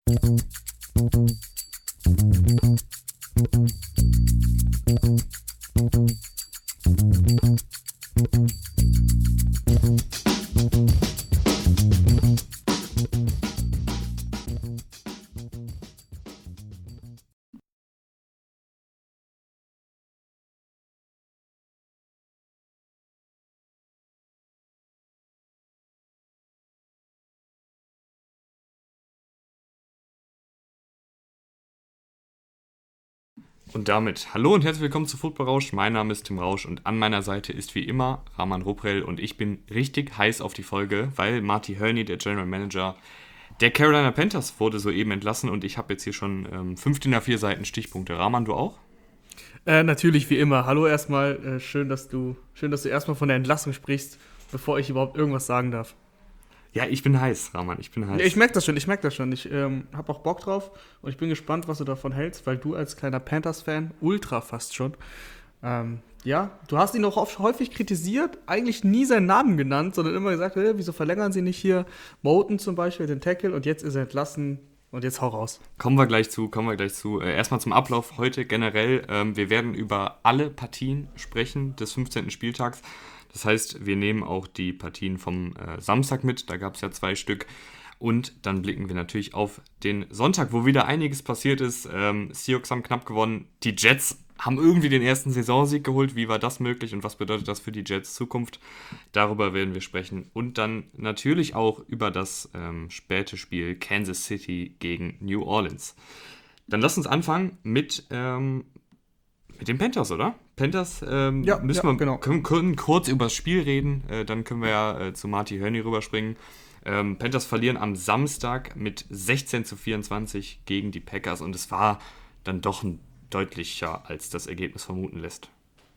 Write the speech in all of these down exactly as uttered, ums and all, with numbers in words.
Und damit hallo und herzlich willkommen zu Football Rausch. Mein Name ist Tim Rausch und an meiner Seite ist wie immer Rahman Ruprell und ich bin richtig heiß auf die Folge, weil Marty Hurney, der General Manager der Carolina Panthers, wurde soeben entlassen und ich habe jetzt hier schon ähm, fünfzehn A vier Seiten Stichpunkte. Rahman, du auch? Äh, natürlich, wie immer. Hallo erstmal. Äh, schön, dass du, schön, dass du erstmal von der Entlassung sprichst, bevor ich überhaupt irgendwas sagen darf. Ja, ich bin heiß, Rahman, ich bin heiß. Ja, ich merke das schon, ich merke das schon. Ich ähm, habe auch Bock drauf und ich bin gespannt, was du davon hältst, weil du als kleiner Panthers-Fan, Ultra fast schon, ähm, ja, du hast ihn auch oft, häufig kritisiert, eigentlich nie seinen Namen genannt, sondern immer gesagt, hey, wieso verlängern sie nicht hier Moten zum Beispiel, den Tackle, und jetzt ist er entlassen und jetzt hau raus. Kommen wir gleich zu, kommen wir gleich zu. Äh, erstmal zum Ablauf heute generell. Ähm, wir werden über alle Partien sprechen des fünfzehnten Spieltags. Das heißt, wir nehmen auch die Partien vom äh, Samstag mit, da gab es ja zwei Stück. Und dann blicken wir natürlich auf den Sonntag, wo wieder einiges passiert ist. Ähm, Seahawks haben knapp gewonnen, die Jets haben irgendwie den ersten Saisonsieg geholt. Wie war das möglich und was bedeutet das für die Jets Zukunft? Darüber werden wir sprechen. Und dann natürlich auch über das ähm, späte Spiel Kansas City gegen New Orleans. Dann lass uns anfangen mit... Ähm, Mit den Panthers, oder? Panthers ähm, Ja, müssen ja, wir genau. können, können kurz über das Spiel reden, äh, dann können wir ja äh, zu Marty Hurney rüberspringen. Ähm, Panthers verlieren am Samstag mit sechzehn zu vierundzwanzig gegen die Packers und es war dann doch ein deutlicher, als das Ergebnis vermuten lässt.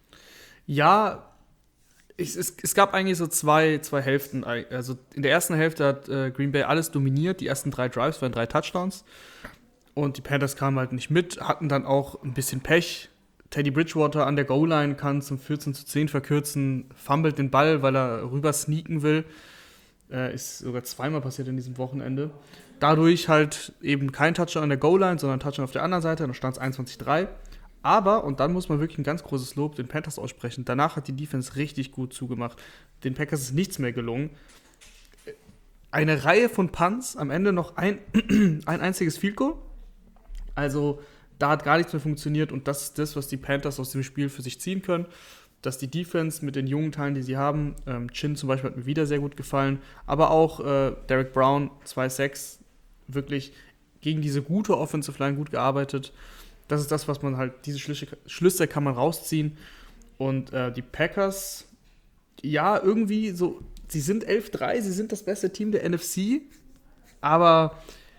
Ja, ich, es, es gab eigentlich so zwei, zwei Hälften. Also in der ersten Hälfte hat äh, Green Bay alles dominiert. Die ersten drei Drives waren drei Touchdowns. Und die Panthers kamen halt nicht mit, hatten dann auch ein bisschen Pech. Teddy Bridgewater an der Goal-Line kann zum vierzehn zu zehn verkürzen, fummelt den Ball, weil er rüber sneaken will. Äh, ist sogar zweimal passiert in diesem Wochenende. Dadurch halt eben kein Touchdown an der Goal-Line, sondern ein Touchdown auf der anderen Seite. Dann stand es einundzwanzig drei. Aber, und dann muss man wirklich ein ganz großes Lob den Panthers aussprechen, danach hat die Defense richtig gut zugemacht. Den Packers ist nichts mehr gelungen. Eine Reihe von Punts, am Ende noch ein, ein einziges Field Goal. Also da hat gar nichts mehr funktioniert und das ist das, was die Panthers aus dem Spiel für sich ziehen können. Dass die Defense mit den jungen Teilen, die sie haben, ähm, Chin zum Beispiel hat mir wieder sehr gut gefallen, aber auch äh, Derek Brown, zwei sechs, wirklich gegen diese gute Offensive Line gut gearbeitet. Das ist das, was man halt, diese Schlüsse, Schlüsse kann man rausziehen. Und äh, die Packers, ja, irgendwie so, sie sind elf drei, sie sind das beste Team der N F C, aber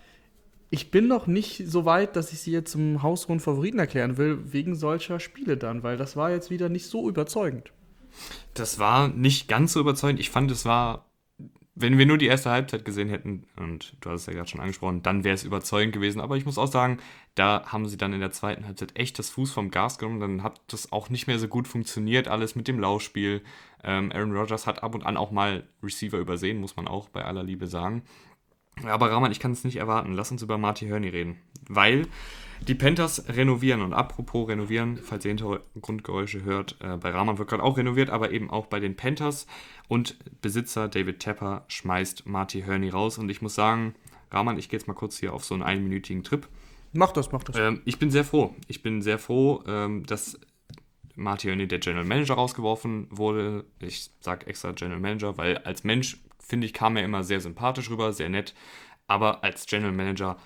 ich bin noch nicht so weit, dass ich sie jetzt zum haushohen Favoriten erklären will, wegen solcher Spiele dann, weil das war jetzt wieder nicht so überzeugend. Das war nicht ganz so überzeugend. Ich fand, es war, wenn wir nur die erste Halbzeit gesehen hätten, und du hast es ja gerade schon angesprochen, dann wäre es überzeugend gewesen. Aber ich muss auch sagen, da haben sie dann in der zweiten Halbzeit echt das Fuß vom Gas genommen. Dann hat das auch nicht mehr so gut funktioniert, alles mit dem Laufspiel. Ähm, Aaron Rodgers hat ab und an auch mal Receiver übersehen, muss man auch bei aller Liebe sagen. Aber Rahman, ich kann es nicht erwarten. Lass uns über Marty Hurney reden. Weil die Panthers renovieren. Und apropos renovieren, falls ihr Hintergrundgeräusche hört, äh, bei Rahman wird gerade auch renoviert, aber eben auch bei den Panthers. Und Besitzer David Tepper schmeißt Marty Hurney raus. Und ich muss sagen, Rahman, ich gehe jetzt mal kurz hier auf so einen einminütigen Trip. Mach das, mach das. Ähm, ich bin sehr froh. Ich bin sehr froh, ähm, dass Marty Hurney, der General Manager, rausgeworfen wurde. Ich sage extra General Manager, weil als Mensch, finde ich, kam er immer sehr sympathisch rüber, sehr nett. Aber als General Manager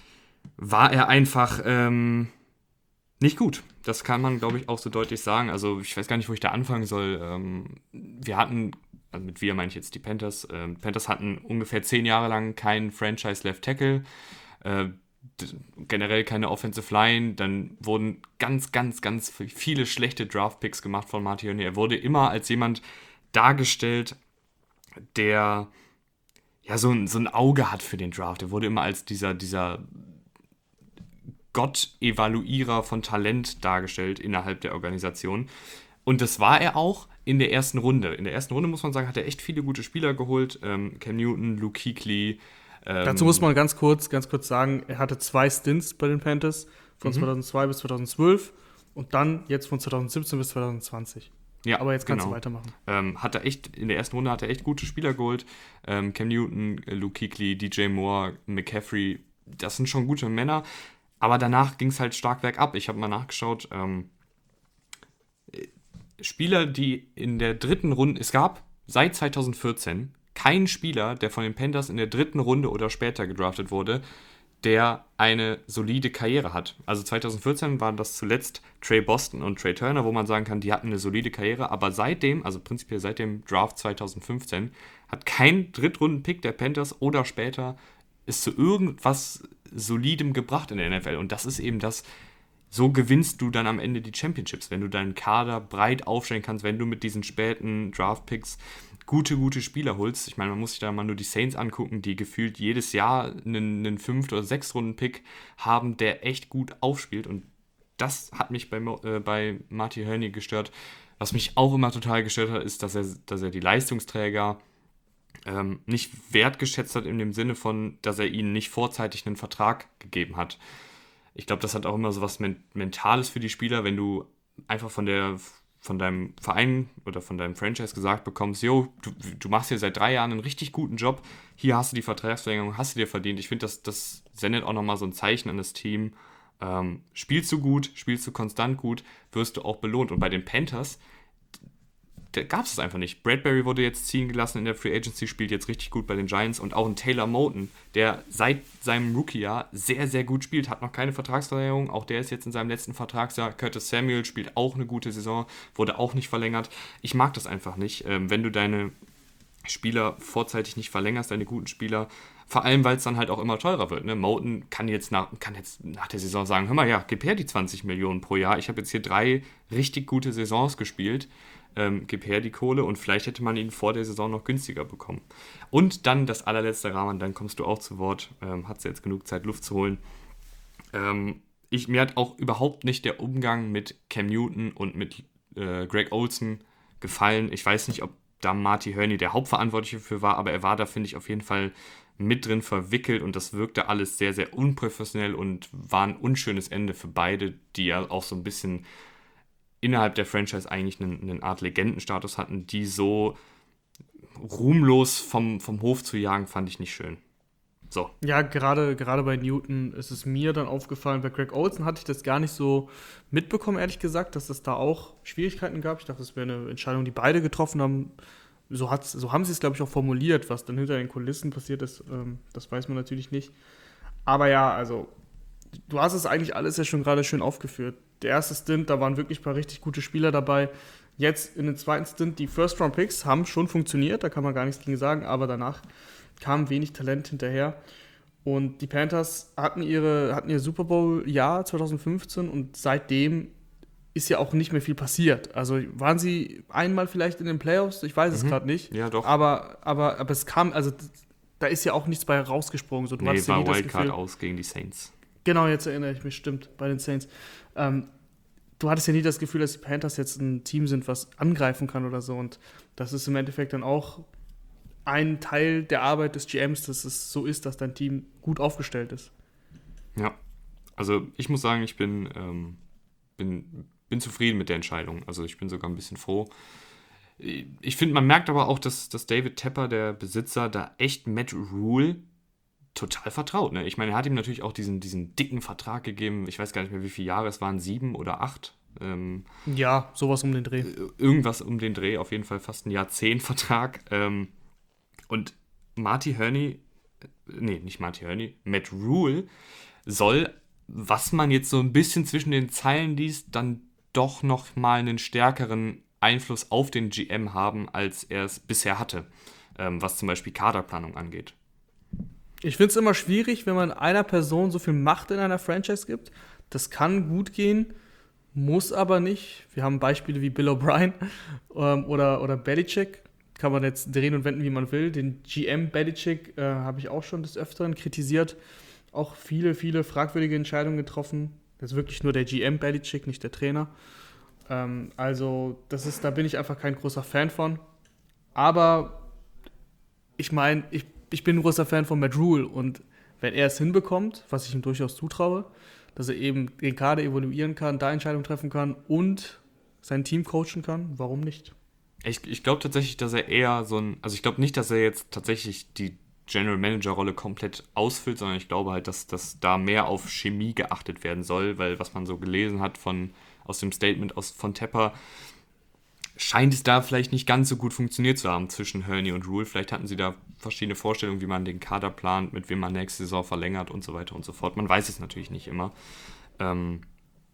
war er einfach ähm, nicht gut. Das kann man, glaube ich, auch so deutlich sagen. Also ich weiß gar nicht, wo ich da anfangen soll. Ähm, wir hatten, also mit wir meine ich jetzt die Panthers, ähm, Panthers hatten ungefähr zehn Jahre lang keinen Franchise-Left-Tackle. Äh, generell keine Offensive Line, dann wurden ganz, ganz, ganz viele schlechte Draft-Picks gemacht von Marty Hurney. Er wurde immer als jemand dargestellt, der ja so ein, so ein Auge hat für den Draft. Er wurde immer als dieser, dieser Gott-Evaluierer von Talent dargestellt innerhalb der Organisation. Und das war er auch in der ersten Runde. In der ersten Runde, muss man sagen, hat er echt viele gute Spieler geholt. Ähm, Cam Newton, Luke Kuechly, Ähm, Dazu muss man ganz kurz, ganz kurz sagen, er hatte zwei Stints bei den Panthers von Mhm. zweitausendzwei bis zweitausendzwölf und dann jetzt von zweitausendsiebzehn bis zweitausendzwanzig. Ja, Aber jetzt kannst genau. du weitermachen. Ähm, hat er echt, in der ersten Runde hat er echt gute Spieler geholt. Ähm, Cam Newton, äh, Luke Kuechly, D J Moore, McCaffrey, das sind schon gute Männer. Aber danach ging es halt stark bergab. Ich habe mal nachgeschaut. Ähm, Spieler, die in der dritten Runde, es gab seit zweitausendvierzehn keinen Spieler, der von den Panthers in der dritten Runde oder später gedraftet wurde, der eine solide Karriere hat. Also zweitausendvierzehn waren das zuletzt Trey Boston und Trey Turner, wo man sagen kann, die hatten eine solide Karriere, aber seitdem, also prinzipiell seit dem Draft zweitausendfünfzehn, hat kein Drittrunden-Pick der Panthers oder später es zu irgendwas Solidem gebracht in der N F L. Und das ist eben das, so gewinnst du dann am Ende die Championships, wenn du deinen Kader breit aufstellen kannst, wenn du mit diesen späten Draft-Picks gute, gute Spieler holst. Ich meine, man muss sich da mal nur die Saints angucken, die gefühlt jedes Jahr einen, einen Fünft- oder Sechs-Runden-Pick haben, der echt gut aufspielt. Und das hat mich bei, äh, bei Marty Hurney gestört. Was mich auch immer total gestört hat, ist, dass er, dass er die Leistungsträger ähm, nicht wertgeschätzt hat in dem Sinne von, dass er ihnen nicht vorzeitig einen Vertrag gegeben hat. Ich glaube, das hat auch immer so was Men- Mentales für die Spieler, wenn du einfach von der von deinem Verein oder von deinem Franchise gesagt bekommst, jo, du, du machst hier seit drei Jahren einen richtig guten Job, hier hast du die Vertragsverlängerung, hast du dir verdient. Ich finde, das, das sendet auch nochmal so ein Zeichen an das Team. Ähm, spielst du gut, spielst du konstant gut, wirst du auch belohnt. Und bei den Panthers, da gab es es einfach nicht. Bradbury wurde jetzt ziehen gelassen in der Free Agency, spielt jetzt richtig gut bei den Giants und auch ein Taylor Moton, der seit seinem Rookie-Jahr sehr, sehr gut spielt, hat noch keine Vertragsverlängerung, auch der ist jetzt in seinem letzten Vertragsjahr. Curtis Samuel spielt auch eine gute Saison, wurde auch nicht verlängert. Ich mag das einfach nicht, ähm, wenn du deine Spieler vorzeitig nicht verlängerst, deine guten Spieler, vor allem, weil es dann halt auch immer teurer wird. Ne? Moton kann jetzt, nach, kann jetzt nach der Saison sagen, hör mal, ja, gib her die zwanzig Millionen pro Jahr, ich habe jetzt hier drei richtig gute Saisons gespielt, Ähm, gib her die Kohle und vielleicht hätte man ihn vor der Saison noch günstiger bekommen. Und dann das allerletzte, Rahman, dann kommst du auch zu Wort, ähm, hat sie jetzt genug Zeit, Luft zu holen. Ähm, ich, mir hat auch überhaupt nicht der Umgang mit Cam Newton und mit äh, Greg Olsen gefallen. Ich weiß nicht, ob da Marty Hurney der Hauptverantwortliche für war, aber er war da, finde ich, auf jeden Fall mit drin verwickelt und das wirkte alles sehr, sehr unprofessionell und war ein unschönes Ende für beide, die ja auch so ein bisschen innerhalb der Franchise eigentlich einen, eine Art Legendenstatus hatten, die so ruhmlos vom, vom Hof zu jagen, fand ich nicht schön. So. Ja, gerade, gerade bei Newton ist es mir dann aufgefallen, bei Greg Olsen hatte ich das gar nicht so mitbekommen, ehrlich gesagt, dass es da auch Schwierigkeiten gab. Ich dachte, das wäre eine Entscheidung, die beide getroffen haben. So, hat's, so haben sie es, glaube ich, auch formuliert. Was dann hinter den Kulissen passiert ist, ähm, das weiß man natürlich nicht. Aber ja, also, du hast es eigentlich alles ja schon gerade schön aufgeführt. Der erste Stint, da waren wirklich ein paar richtig gute Spieler dabei. Jetzt in den zweiten Stint, die First-Round-Picks haben schon funktioniert, da kann man gar nichts gegen sagen, aber danach kam wenig Talent hinterher. Und die Panthers hatten, ihre, hatten ihr Super Bowl-Jahr zwanzig fünfzehn und seitdem ist ja auch nicht mehr viel passiert. Also waren sie einmal vielleicht in den Playoffs? Ich weiß es Mhm. gerade nicht. Ja, doch. Aber, aber, aber es kam, also da ist ja auch nichts bei rausgesprungen. So, du Nee, hattest ja war nie das Wildcard Gefühl, aus gegen die Saints. genau, jetzt erinnere ich mich, stimmt, bei den Saints. Ähm, du hattest ja nie das Gefühl, dass die Panthers jetzt ein Team sind, was angreifen kann oder so. Und das ist im Endeffekt dann auch ein Teil der Arbeit des G Ms, dass es so ist, dass dein Team gut aufgestellt ist. Ja, also ich muss sagen, ich bin, ähm, bin, bin zufrieden mit der Entscheidung. Also ich bin sogar ein bisschen froh. Ich finde, man merkt aber auch, dass, dass David Tepper, der Besitzer, da echt Matt Rule total vertraut. Ne? Ich meine, er hat ihm natürlich auch diesen, diesen dicken Vertrag gegeben. Ich weiß gar nicht mehr, wie viele Jahre es waren, sieben oder acht. Ähm, Ja, sowas um den Dreh. irgendwas um den Dreh, auf jeden Fall fast ein Jahrzehnt-Vertrag. Ähm, und Marty Hurney, nee, nicht Marty Hurney, Matt Rule soll, was man jetzt so ein bisschen zwischen den Zeilen liest, dann doch noch mal einen stärkeren Einfluss auf den G M haben, als er es bisher hatte, ähm, was zum Beispiel Kaderplanung angeht. Ich finde es immer schwierig, wenn man einer Person so viel Macht in einer Franchise gibt. Das kann gut gehen, muss aber nicht. Wir haben Beispiele wie Bill O'Brien ähm, oder, oder Belichick. Kann man jetzt drehen und wenden, wie man will. Den G M Belichick äh, habe ich auch schon des Öfteren kritisiert. Auch viele, viele fragwürdige Entscheidungen getroffen. Das ist wirklich nur der G M Belichick, nicht der Trainer. Ähm, also das ist, da bin ich einfach kein großer Fan von. Aber ich meine, ich ich bin ein großer Fan von Matt Rule und wenn er es hinbekommt, was ich ihm durchaus zutraue, dass er eben den Kader evaluieren kann, da Entscheidungen treffen kann und sein Team coachen kann, warum nicht? Ich, ich glaube tatsächlich, dass er eher so ein, also ich glaube nicht, dass er jetzt tatsächlich die General Manager Rolle komplett ausfüllt, sondern ich glaube halt, dass, dass da mehr auf Chemie geachtet werden soll, weil was man so gelesen hat von, aus dem Statement aus, von Tepper, scheint es da vielleicht nicht ganz so gut funktioniert zu haben zwischen Hurney und Rule. Vielleicht hatten sie da verschiedene Vorstellungen, wie man den Kader plant, mit wem man nächste Saison verlängert und so weiter und so fort. Man weiß es natürlich nicht immer. Ähm,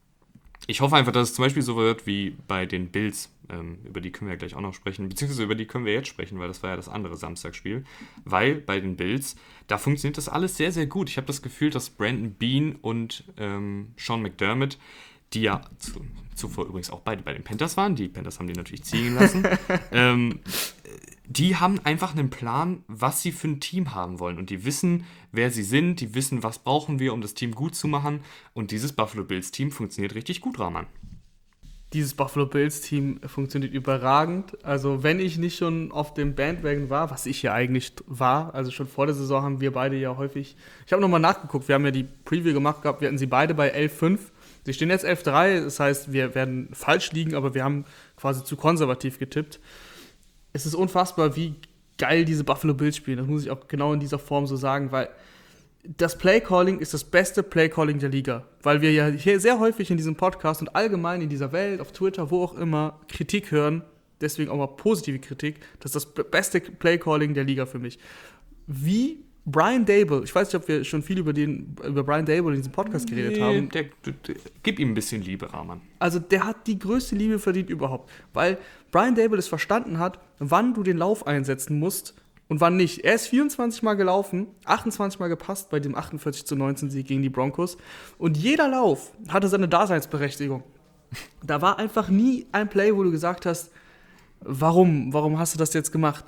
ich hoffe einfach, dass es zum Beispiel so wird wie bei den Bills, ähm, über die können wir ja gleich auch noch sprechen, beziehungsweise über die können wir jetzt sprechen, weil das war ja das andere Samstagsspiel, weil bei den Bills, da funktioniert das alles sehr, sehr gut. Ich habe das Gefühl, dass Brandon Beane und ähm, Sean McDermott, die ja zu, zuvor übrigens auch beide bei den Panthers waren, die Panthers haben die natürlich ziehen lassen, ähm, die haben einfach einen Plan, was sie für ein Team haben wollen und die wissen, wer sie sind, die wissen, was brauchen wir, um das Team gut zu machen und dieses Buffalo Bills Team funktioniert richtig gut, Rahman. Dieses Buffalo Bills Team funktioniert überragend, also wenn ich nicht schon auf dem Bandwagon war, was ich ja eigentlich war, also schon vor der Saison haben wir beide ja häufig, ich habe nochmal nachgeguckt, wir haben ja die Preview gemacht gehabt, wir hatten sie beide bei elf fünf. Sie stehen jetzt elf drei, das heißt, wir werden falsch liegen, aber wir haben quasi zu konservativ getippt. Es ist unfassbar, wie geil diese Buffalo Bills spielen. Das muss ich auch genau in dieser Form so sagen, weil das Playcalling ist das beste Playcalling der Liga. Weil wir ja hier sehr häufig in diesem Podcast und allgemein in dieser Welt, auf Twitter, wo auch immer, Kritik hören, deswegen auch mal positive Kritik, das ist das beste Playcalling der Liga für mich. Wie Brian Daboll, ich weiß nicht, ob wir schon viel über, den, über Brian Daboll in diesem Podcast geredet nee, haben. Der, der, der, gib ihm ein bisschen Liebe, Rahman. Also der hat die größte Liebe verdient überhaupt, weil Brian Daboll es verstanden hat, wann du den Lauf einsetzen musst und wann nicht. Er ist vierundzwanzig Mal gelaufen, achtundzwanzig Mal gepasst bei dem achtundvierzig zu neunzehn Sieg gegen die Broncos und jeder Lauf hatte seine Daseinsberechtigung. Da war einfach nie ein Play, wo du gesagt hast, warum, warum hast du das jetzt gemacht?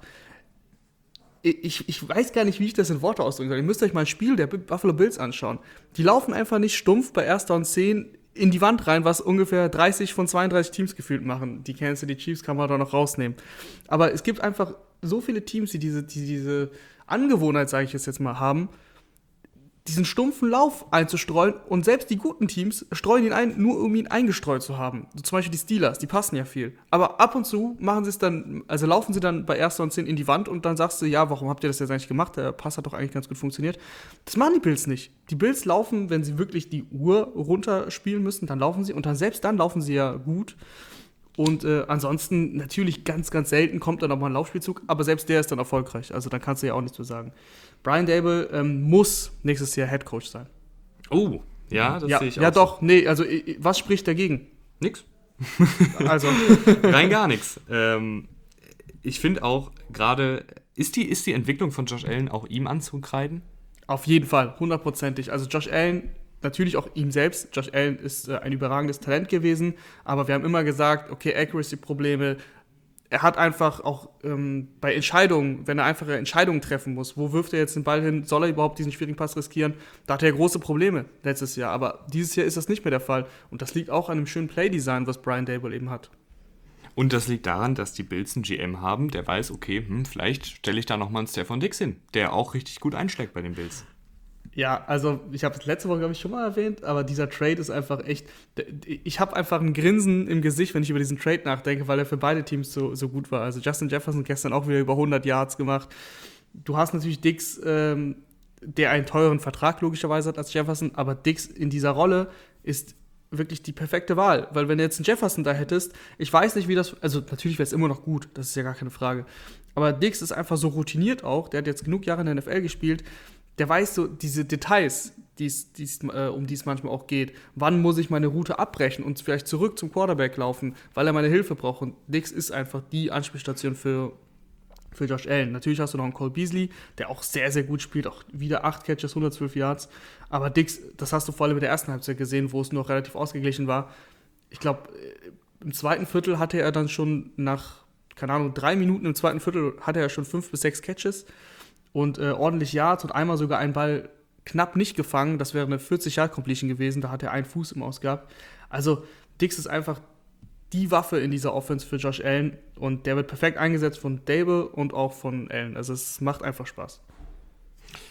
Ich, ich weiß gar nicht, wie ich das in Worte ausdrücken soll. Ihr müsst euch mal ein Spiel der Buffalo Bills anschauen. Die laufen einfach nicht stumpf bei erster und zehn in die Wand rein, was ungefähr dreißig von zweiunddreißig Teams gefühlt machen. Die Kansas City Chiefs kann man da noch rausnehmen. Aber es gibt einfach so viele Teams, die diese, die diese Angewohnheit, sage ich jetzt mal, haben, diesen stumpfen Lauf einzustreuen und selbst die guten Teams streuen ihn ein, nur um ihn eingestreut zu haben. So zum Beispiel die Steelers, die passen ja viel. Aber ab und zu machen sie es dann, also laufen sie dann bei erster und zehn in die Wand und dann sagst du, ja, warum habt ihr das jetzt eigentlich gemacht? Der Pass hat doch eigentlich ganz gut funktioniert. Das machen die Bills nicht. Die Bills laufen, wenn sie wirklich die Uhr runterspielen müssen, dann laufen sie und dann selbst dann laufen sie ja gut. Und äh, ansonsten natürlich ganz, ganz selten kommt dann noch mal ein Laufspielzug, aber selbst der ist dann erfolgreich. Also dann kannst du ja auch nichts zu sagen. Brian Daboll ähm, muss nächstes Jahr Headcoach sein. Oh, ja, das ja, sehe ich auch. Ja, so. doch, nee, also was spricht dagegen? Nix. Also. Rein gar nichts. Ähm, ich finde auch gerade, ist die, ist die Entwicklung von Josh Allen auch ihm anzukreiden? Auf jeden Fall, hundertprozentig. Also Josh Allen, natürlich auch ihm selbst. Josh Allen ist äh, ein überragendes Talent gewesen, aber wir haben immer gesagt, okay, Accuracy-Probleme. Er hat einfach auch ähm, bei Entscheidungen, wenn er einfache Entscheidungen treffen muss, wo wirft er jetzt den Ball hin, soll er überhaupt diesen schwierigen Pass riskieren, da hatte er große Probleme letztes Jahr, aber dieses Jahr ist das nicht mehr der Fall und das liegt auch an dem schönen Playdesign, was Brian Daboll eben hat. Und das liegt daran, dass die Bills einen G M haben, der weiß, okay, hm, vielleicht stelle ich da nochmal einen Stefon Diggs hin, der auch richtig gut einschlägt bei den Bills. Ja, also ich habe es letzte Woche, glaube ich, schon mal erwähnt, aber dieser Trade ist einfach echt, ich habe einfach ein Grinsen im Gesicht, wenn ich über diesen Trade nachdenke, weil er für beide Teams so, so gut war. Also Justin Jefferson gestern auch wieder über hundert Yards gemacht. Du hast natürlich Diggs, ähm, der einen teuren Vertrag logischerweise hat als Jefferson, aber Diggs in dieser Rolle ist wirklich die perfekte Wahl, weil wenn du jetzt einen Jefferson da hättest, ich weiß nicht, wie das, also natürlich wäre es immer noch gut, das ist ja gar keine Frage, aber Diggs ist einfach so routiniert auch, der hat jetzt genug Jahre in der N F L gespielt, der weiß so diese Details, die's, die's, äh, um die es manchmal auch geht. Wann muss ich meine Route abbrechen und vielleicht zurück zum Quarterback laufen, weil er meine Hilfe braucht. Und Diggs ist einfach die Anspielstation für, für Josh Allen. Natürlich hast du noch einen Cole Beasley, der auch sehr, sehr gut spielt. Auch wieder acht Catches, hundertzwölf Yards. Aber Diggs, das hast du vor allem in der ersten Halbzeit gesehen, wo es noch relativ ausgeglichen war. Ich glaube, im zweiten Viertel hatte er dann schon nach, keine Ahnung, drei Minuten im zweiten Viertel hatte er schon fünf bis sechs Catches. Und äh, ordentlich Yards und einmal sogar einen Ball knapp nicht gefangen. Das wäre eine vierzig-Yard-Completion gewesen. Da hat er einen Fuß im Aus gehabt. Also Diggs ist einfach die Waffe in dieser Offense für Josh Allen. Und der wird perfekt eingesetzt von Daboll und auch von Allen. Also es macht einfach Spaß.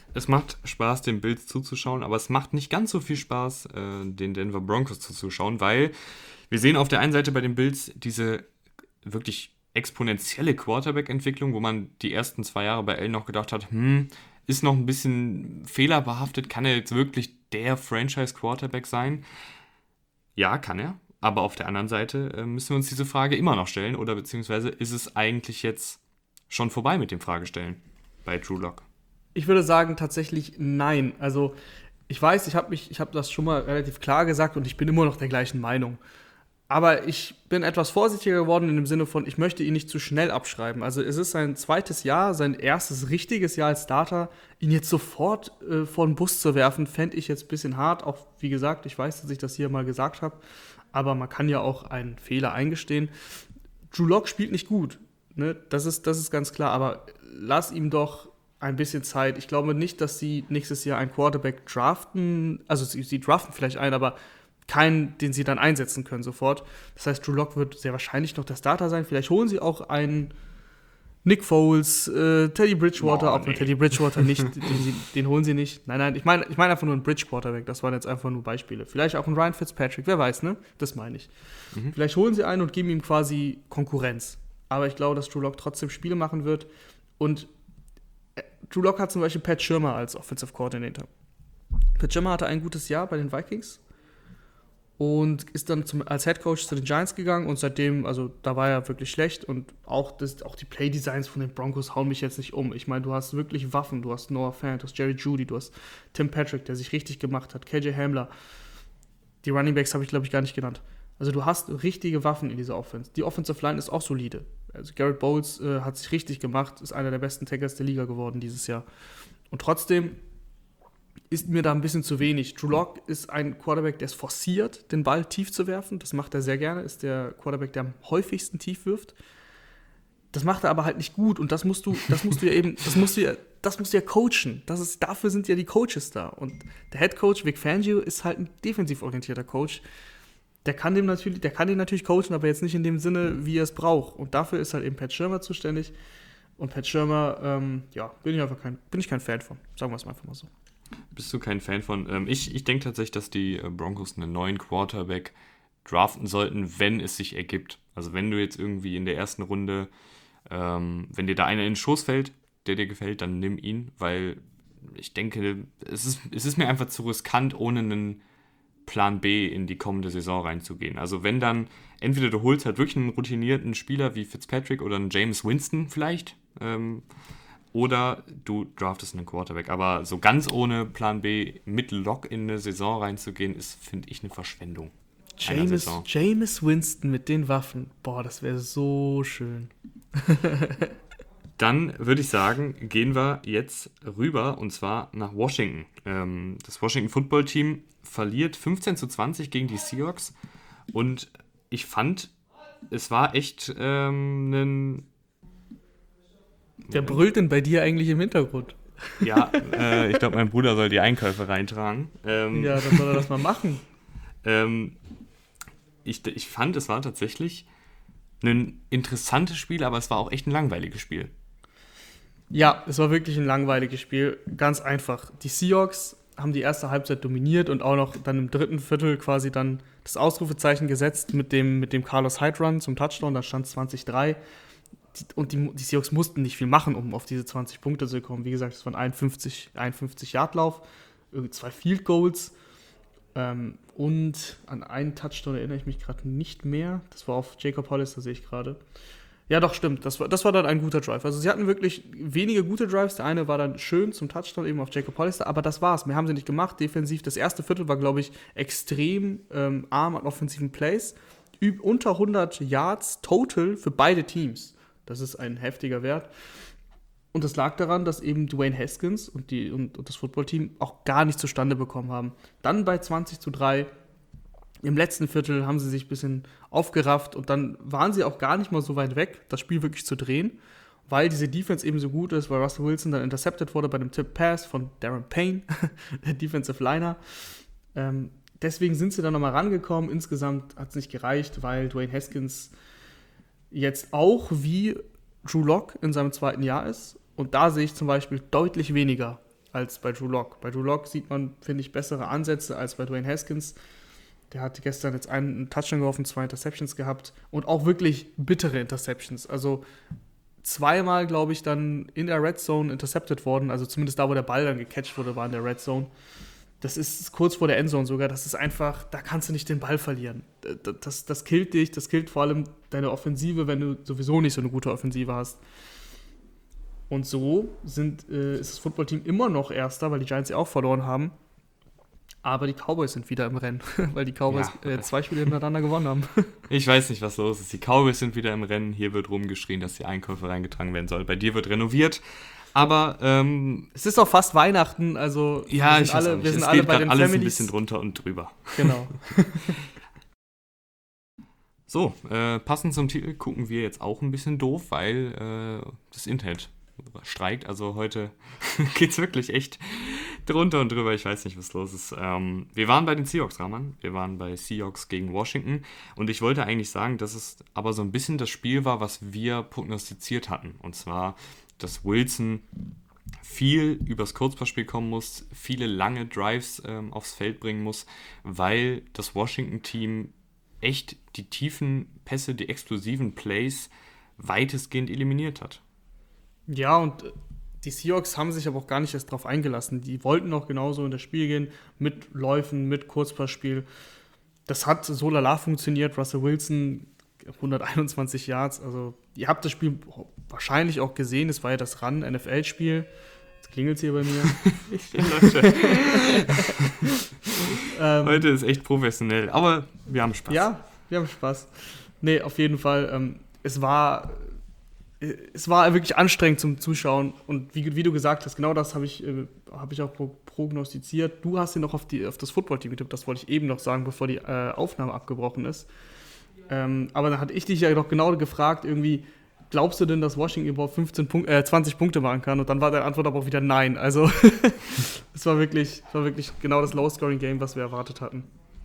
Es macht Spaß, den Bills zuzuschauen, aber es macht nicht ganz so viel Spaß, äh, den Denver Broncos zuzuschauen, weil wir sehen auf der einen Seite bei den Bills diese wirklich exponentielle Quarterback-Entwicklung, wo man die ersten zwei Jahre bei Allen noch gedacht hat, hm, ist noch ein bisschen fehlerbehaftet, kann er jetzt wirklich der Franchise-Quarterback sein? Ja, kann er, aber auf der anderen Seite äh, müssen wir uns diese Frage immer noch stellen, oder beziehungsweise ist es eigentlich jetzt schon vorbei mit dem Fragestellen bei Drew Lock? Ich würde sagen, tatsächlich nein. Also, ich weiß, ich habe mich, ich habe das schon mal relativ klar gesagt und ich bin immer noch der gleichen Meinung. Aber ich bin etwas vorsichtiger geworden in dem Sinne von, ich möchte ihn nicht zu schnell abschreiben. Also es ist sein zweites Jahr, sein erstes richtiges Jahr als Starter. Ihn jetzt sofort äh, vor den Bus zu werfen, fände ich jetzt ein bisschen hart. Auch wie gesagt, ich weiß, dass ich das hier mal gesagt habe. Aber man kann ja auch einen Fehler eingestehen. Drew Lock spielt nicht gut. Ne? Das ist, das ist ganz klar. Aber lass ihm doch ein bisschen Zeit. Ich glaube nicht, dass sie nächstes Jahr einen Quarterback draften. Also sie, sie draften vielleicht einen, aber keinen, den sie dann einsetzen können sofort. Das heißt, Drew Lock wird sehr wahrscheinlich noch der Starter sein. Vielleicht holen sie auch einen Nick Foles, äh, Teddy Bridgewater, Oh, ob nee. Teddy Bridgewater nicht, den, sie, den holen sie nicht. Nein, nein, ich meine ich mein einfach nur einen Bridge Quarterback. Das waren jetzt einfach nur Beispiele. Vielleicht auch einen Ryan Fitzpatrick, wer weiß, ne? Das meine ich. Mhm. Vielleicht holen sie einen und geben ihm quasi Konkurrenz. Aber ich glaube, dass Drew Lock trotzdem Spiele machen wird. Und Drew Lock hat zum Beispiel Pat Shurmur als Offensive Coordinator. Pat Shurmur hatte ein gutes Jahr bei den Vikings und ist dann zum, als Head Coach zu den Giants gegangen und seitdem, also da war er wirklich schlecht und auch, das, auch die Play-Designs von den Broncos hauen mich jetzt nicht um. Ich meine, du hast wirklich Waffen, du hast Noah Fant, du hast Jerry Jeudy, du hast Tim Patrick, der sich richtig gemacht hat, K J Hamler. Die Running Backs habe ich, glaube ich, gar nicht genannt. Also du hast richtige Waffen in dieser Offense. Die Offensive Line ist auch solide. Also Garrett Bowles äh, hat sich richtig gemacht, ist einer der besten Tackles der Liga geworden dieses Jahr. Und trotzdem ist mir da ein bisschen zu wenig. Drew Lock ist ein Quarterback, der es forciert, den Ball tief zu werfen. Das macht er sehr gerne. Ist der Quarterback, der am häufigsten tief wirft. Das macht er aber halt nicht gut. Und das musst du, das musst du ja eben, das musst du ja, das musst du ja coachen. Das ist, dafür sind ja die Coaches da. Und der Head Coach Vic Fangio ist halt ein defensiv orientierter Coach. Der kann dem natürlich, der kann den natürlich coachen, aber jetzt nicht in dem Sinne, wie er es braucht. Und dafür ist halt eben Pat Shurmur zuständig. Und Pat Shurmur, ähm, ja, bin ich einfach kein, bin ich kein Fan von. Sagen wir es mal einfach mal so. Bist du kein Fan von? Ähm, ich ich denke tatsächlich, dass die äh, Broncos einen neuen Quarterback draften sollten, wenn es sich ergibt. Also wenn du jetzt irgendwie in der ersten Runde, ähm, wenn dir da einer in den Schoß fällt, der dir gefällt, dann nimm ihn, weil ich denke, es ist, es ist mir einfach zu riskant, ohne einen Plan B in die kommende Saison reinzugehen. Also wenn dann, entweder du holst halt wirklich einen routinierten Spieler wie Fitzpatrick oder einen James Winston vielleicht, ähm, oder du draftest einen Quarterback. Aber so ganz ohne Plan B mit Lock in eine Saison reinzugehen, ist, finde ich, eine Verschwendung. James, James Winston mit den Waffen, boah, das wäre so schön. Dann würde ich sagen, gehen wir jetzt rüber und zwar nach Washington. Ähm, das Washington Football Team verliert fünfzehn zu zwanzig gegen die Seahawks und ich fand, es war echt ähm, ein... Wer brüllt denn bei dir eigentlich im Hintergrund? Ja, äh, ich glaube, mein Bruder soll die Einkäufe reintragen. Ähm, ja, dann soll er das mal machen. ähm, ich, ich fand, es war tatsächlich ein interessantes Spiel, aber es war auch echt ein langweiliges Spiel. Ja, es war wirklich ein langweiliges Spiel. Ganz einfach. Die Seahawks haben die erste Halbzeit dominiert und auch noch dann im dritten Viertel quasi dann das Ausrufezeichen gesetzt mit dem, mit dem Carlos Hyde Run zum Touchdown. Da stand zwanzig drei. Und die, die Seahawks mussten nicht viel machen, um auf diese zwanzig Punkte zu kommen. Wie gesagt, es waren einundfünfzig Yard Lauf, zwei Field Goals ähm, und an einen Touchdown erinnere ich mich gerade nicht mehr. Das war auf Jacob Hollister, sehe ich gerade. Ja, doch, stimmt. Das war, das war dann ein guter Drive. Also sie hatten wirklich wenige gute Drives. Der eine war dann schön zum Touchdown eben auf Jacob Hollister, aber das war's. Mehr haben sie nicht gemacht. Defensiv, das erste Viertel war, glaube ich, extrem ähm, arm an offensiven Plays. Üb- unter hundert Yards total für beide Teams. Das ist ein heftiger Wert. Und das lag daran, dass eben Dwayne Haskins und, die, und, und das Footballteam auch gar nicht zustande bekommen haben. Dann bei zwanzig zu drei im letzten Viertel haben sie sich ein bisschen aufgerafft und dann waren sie auch gar nicht mal so weit weg, das Spiel wirklich zu drehen, weil diese Defense eben so gut ist, weil Russell Wilson dann intercepted wurde bei einem Tip-Pass von Darren Payne, der Defensive Liner. Ähm, deswegen sind sie dann nochmal rangekommen. Insgesamt hat es nicht gereicht, weil Dwayne Haskins jetzt auch wie Drew Lock in seinem zweiten Jahr ist. Und da sehe ich zum Beispiel deutlich weniger als bei Drew Lock. Bei Drew Lock sieht man, finde ich, bessere Ansätze als bei Dwayne Haskins. Der hatte gestern jetzt einen Touchdown geworfen, zwei Interceptions gehabt und auch wirklich bittere Interceptions. Also zweimal, glaube ich, dann in der Red Zone intercepted worden. Also zumindest da, wo der Ball dann gecatcht wurde, war in der Red Zone. Das ist kurz vor der Endzone sogar. Das ist einfach, da kannst du nicht den Ball verlieren. Das, das, das killt dich, das killt vor allem deine Offensive, wenn du sowieso nicht so eine gute Offensive hast. Und so sind, äh, ist das Footballteam immer noch Erster, weil die Giants ja auch verloren haben. Aber die Cowboys sind wieder im Rennen, weil die Cowboys ja. äh, zwei Spiele hintereinander gewonnen haben. Ich weiß nicht, was los ist. Die Cowboys sind wieder im Rennen. Hier wird rumgeschrien, dass die Einkäufe reingetragen werden sollen. Bei dir wird renoviert. Aber ähm, es ist auch fast Weihnachten, also ja, wir sind ich alle, weiß nicht. wir sind es alle geht bei den alles Families. Ein bisschen drunter und drüber. Genau. So, äh, passend zum Titel gucken wir jetzt auch ein bisschen doof, weil äh, das Internet streikt. Also heute geht's wirklich echt drunter und drüber. Ich weiß nicht, was los ist. Ähm, wir waren bei den Seahawks, Rahman. Wir waren bei Seahawks gegen Washington. Und ich wollte eigentlich sagen, dass es aber so ein bisschen das Spiel war, was wir prognostiziert hatten. Und zwar, dass Wilson viel übers Kurzpassspiel kommen muss, viele lange Drives ähm, aufs Feld bringen muss, weil das Washington-Team echt die tiefen Pässe, die explosiven Plays weitestgehend eliminiert hat. Ja, und die Seahawks haben sich aber auch gar nicht erst drauf eingelassen. Die wollten auch genauso in das Spiel gehen, mit Läufen, mit Kurzpassspiel. Das hat so lala funktioniert. Russell Wilson, hunderteinundzwanzig Yards. Also, ihr habt das Spiel wahrscheinlich auch gesehen. Es war ja das Run-N F L-Spiel. Jetzt klingelt es hier bei mir. ähm, Heute ist echt professionell, aber wir haben Spaß. Ja, wir haben Spaß. Nee, auf jeden Fall. Ähm, es war... Es war wirklich anstrengend zum Zuschauen und wie, wie du gesagt hast, genau das habe ich, äh, hab ich auch pro- prognostiziert. Du hast ja noch auf, die, auf das Footballteam getippt, das wollte ich eben noch sagen, bevor die äh, Aufnahme abgebrochen ist. Ähm, aber dann hatte ich dich ja doch genau gefragt, irgendwie, glaubst du denn, dass Washington überhaupt fünfzehn Punkt, äh, zwanzig Punkte machen kann? Und dann war deine Antwort aber auch wieder nein. Also es war wirklich, war wirklich genau das Low-Scoring-Game, was wir erwartet hatten.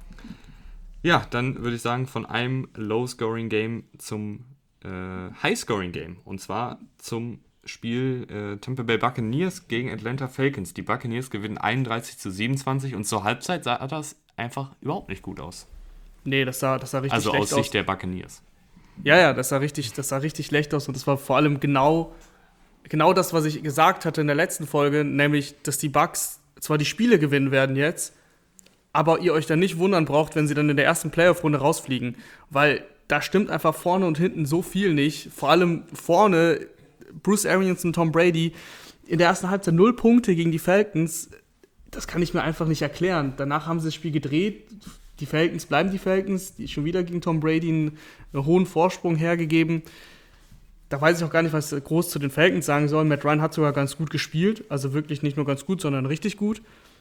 Ja, dann würde ich sagen, von einem Low-Scoring-Game zum High-Scoring-Game, und zwar zum Spiel äh, Tampa Bay Buccaneers gegen Atlanta Falcons. Die Buccaneers gewinnen einunddreißig zu siebenundzwanzig und zur Halbzeit sah das einfach überhaupt nicht gut aus. Nee, das sah, das sah richtig also schlecht aus aus. Sicht der Buccaneers. Ja, ja, das sah richtig, das sah richtig schlecht aus und das war vor allem genau, genau das, was ich gesagt hatte in der letzten Folge, nämlich, dass die Bucs zwar die Spiele gewinnen werden jetzt, aber ihr euch dann nicht wundern braucht, wenn sie dann in der ersten Playoff-Runde rausfliegen, weil da stimmt einfach vorne und hinten so viel nicht. Vor allem vorne, Bruce Arians und Tom Brady, in der ersten Halbzeit null Punkte gegen die Falcons. Das kann ich mir einfach nicht erklären. Danach haben sie das Spiel gedreht. Die Falcons bleiben die Falcons. Die schon wieder gegen Tom Brady einen, einen hohen Vorsprung hergegeben. Da weiß ich auch gar nicht, was ich groß zu den Falcons sagen soll. Matt Ryan hat sogar ganz gut gespielt. Also wirklich nicht nur ganz gut, sondern richtig gut.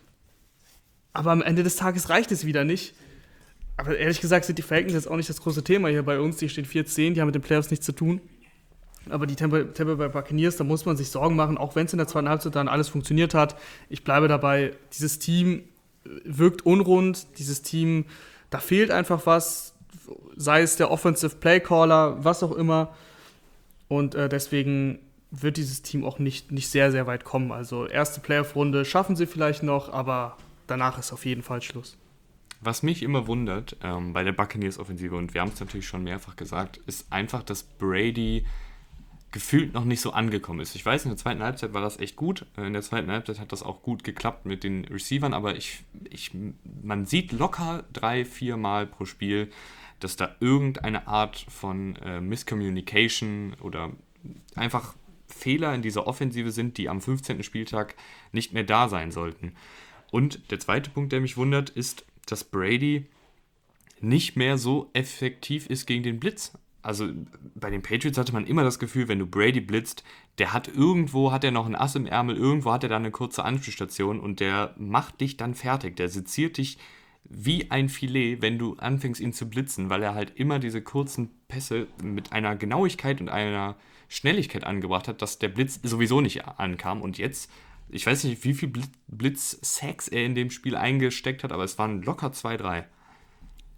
Aber am Ende des Tages reicht es wieder nicht. Aber ehrlich gesagt sind die Falcons jetzt auch nicht das große Thema hier bei uns. Die stehen vier zehn, die haben mit den Playoffs nichts zu tun. Aber die Tampa Bay Buccaneers, da muss man sich Sorgen machen, auch wenn es in der zweiten Halbzeit dann alles funktioniert hat. Ich bleibe dabei, dieses Team wirkt unrund, dieses Team, da fehlt einfach was, sei es der Offensive Playcaller, was auch immer. Und äh, deswegen wird dieses Team auch nicht, nicht sehr, sehr weit kommen. Also erste Playoff-Runde schaffen sie vielleicht noch, aber danach ist auf jeden Fall Schluss. Was mich immer wundert ähm, bei der Buccaneers-Offensive, und wir haben es natürlich schon mehrfach gesagt, ist einfach, dass Brady gefühlt noch nicht so angekommen ist. Ich weiß, in der zweiten Halbzeit war das echt gut. In der zweiten Halbzeit hat das auch gut geklappt mit den Receivern, aber ich, ich, man sieht locker drei, vier Mal pro Spiel, dass da irgendeine Art von äh, Miscommunication oder einfach Fehler in dieser Offensive sind, die am fünfzehnten Spieltag nicht mehr da sein sollten. Und der zweite Punkt, der mich wundert, ist, dass Brady nicht mehr so effektiv ist gegen den Blitz. Also bei den Patriots hatte man immer das Gefühl, wenn du Brady blitzt, der hat irgendwo, hat er noch ein Ass im Ärmel, irgendwo hat er da eine kurze Anspielstation und der macht dich dann fertig. Der seziert dich wie ein Filet, wenn du anfängst, ihn zu blitzen, weil er halt immer diese kurzen Pässe mit einer Genauigkeit und einer Schnelligkeit angebracht hat, dass der Blitz sowieso nicht ankam. Und jetzt, ich weiß nicht, wie viel Blitz-Sacks er in dem Spiel eingesteckt hat, aber es waren locker zwei, drei.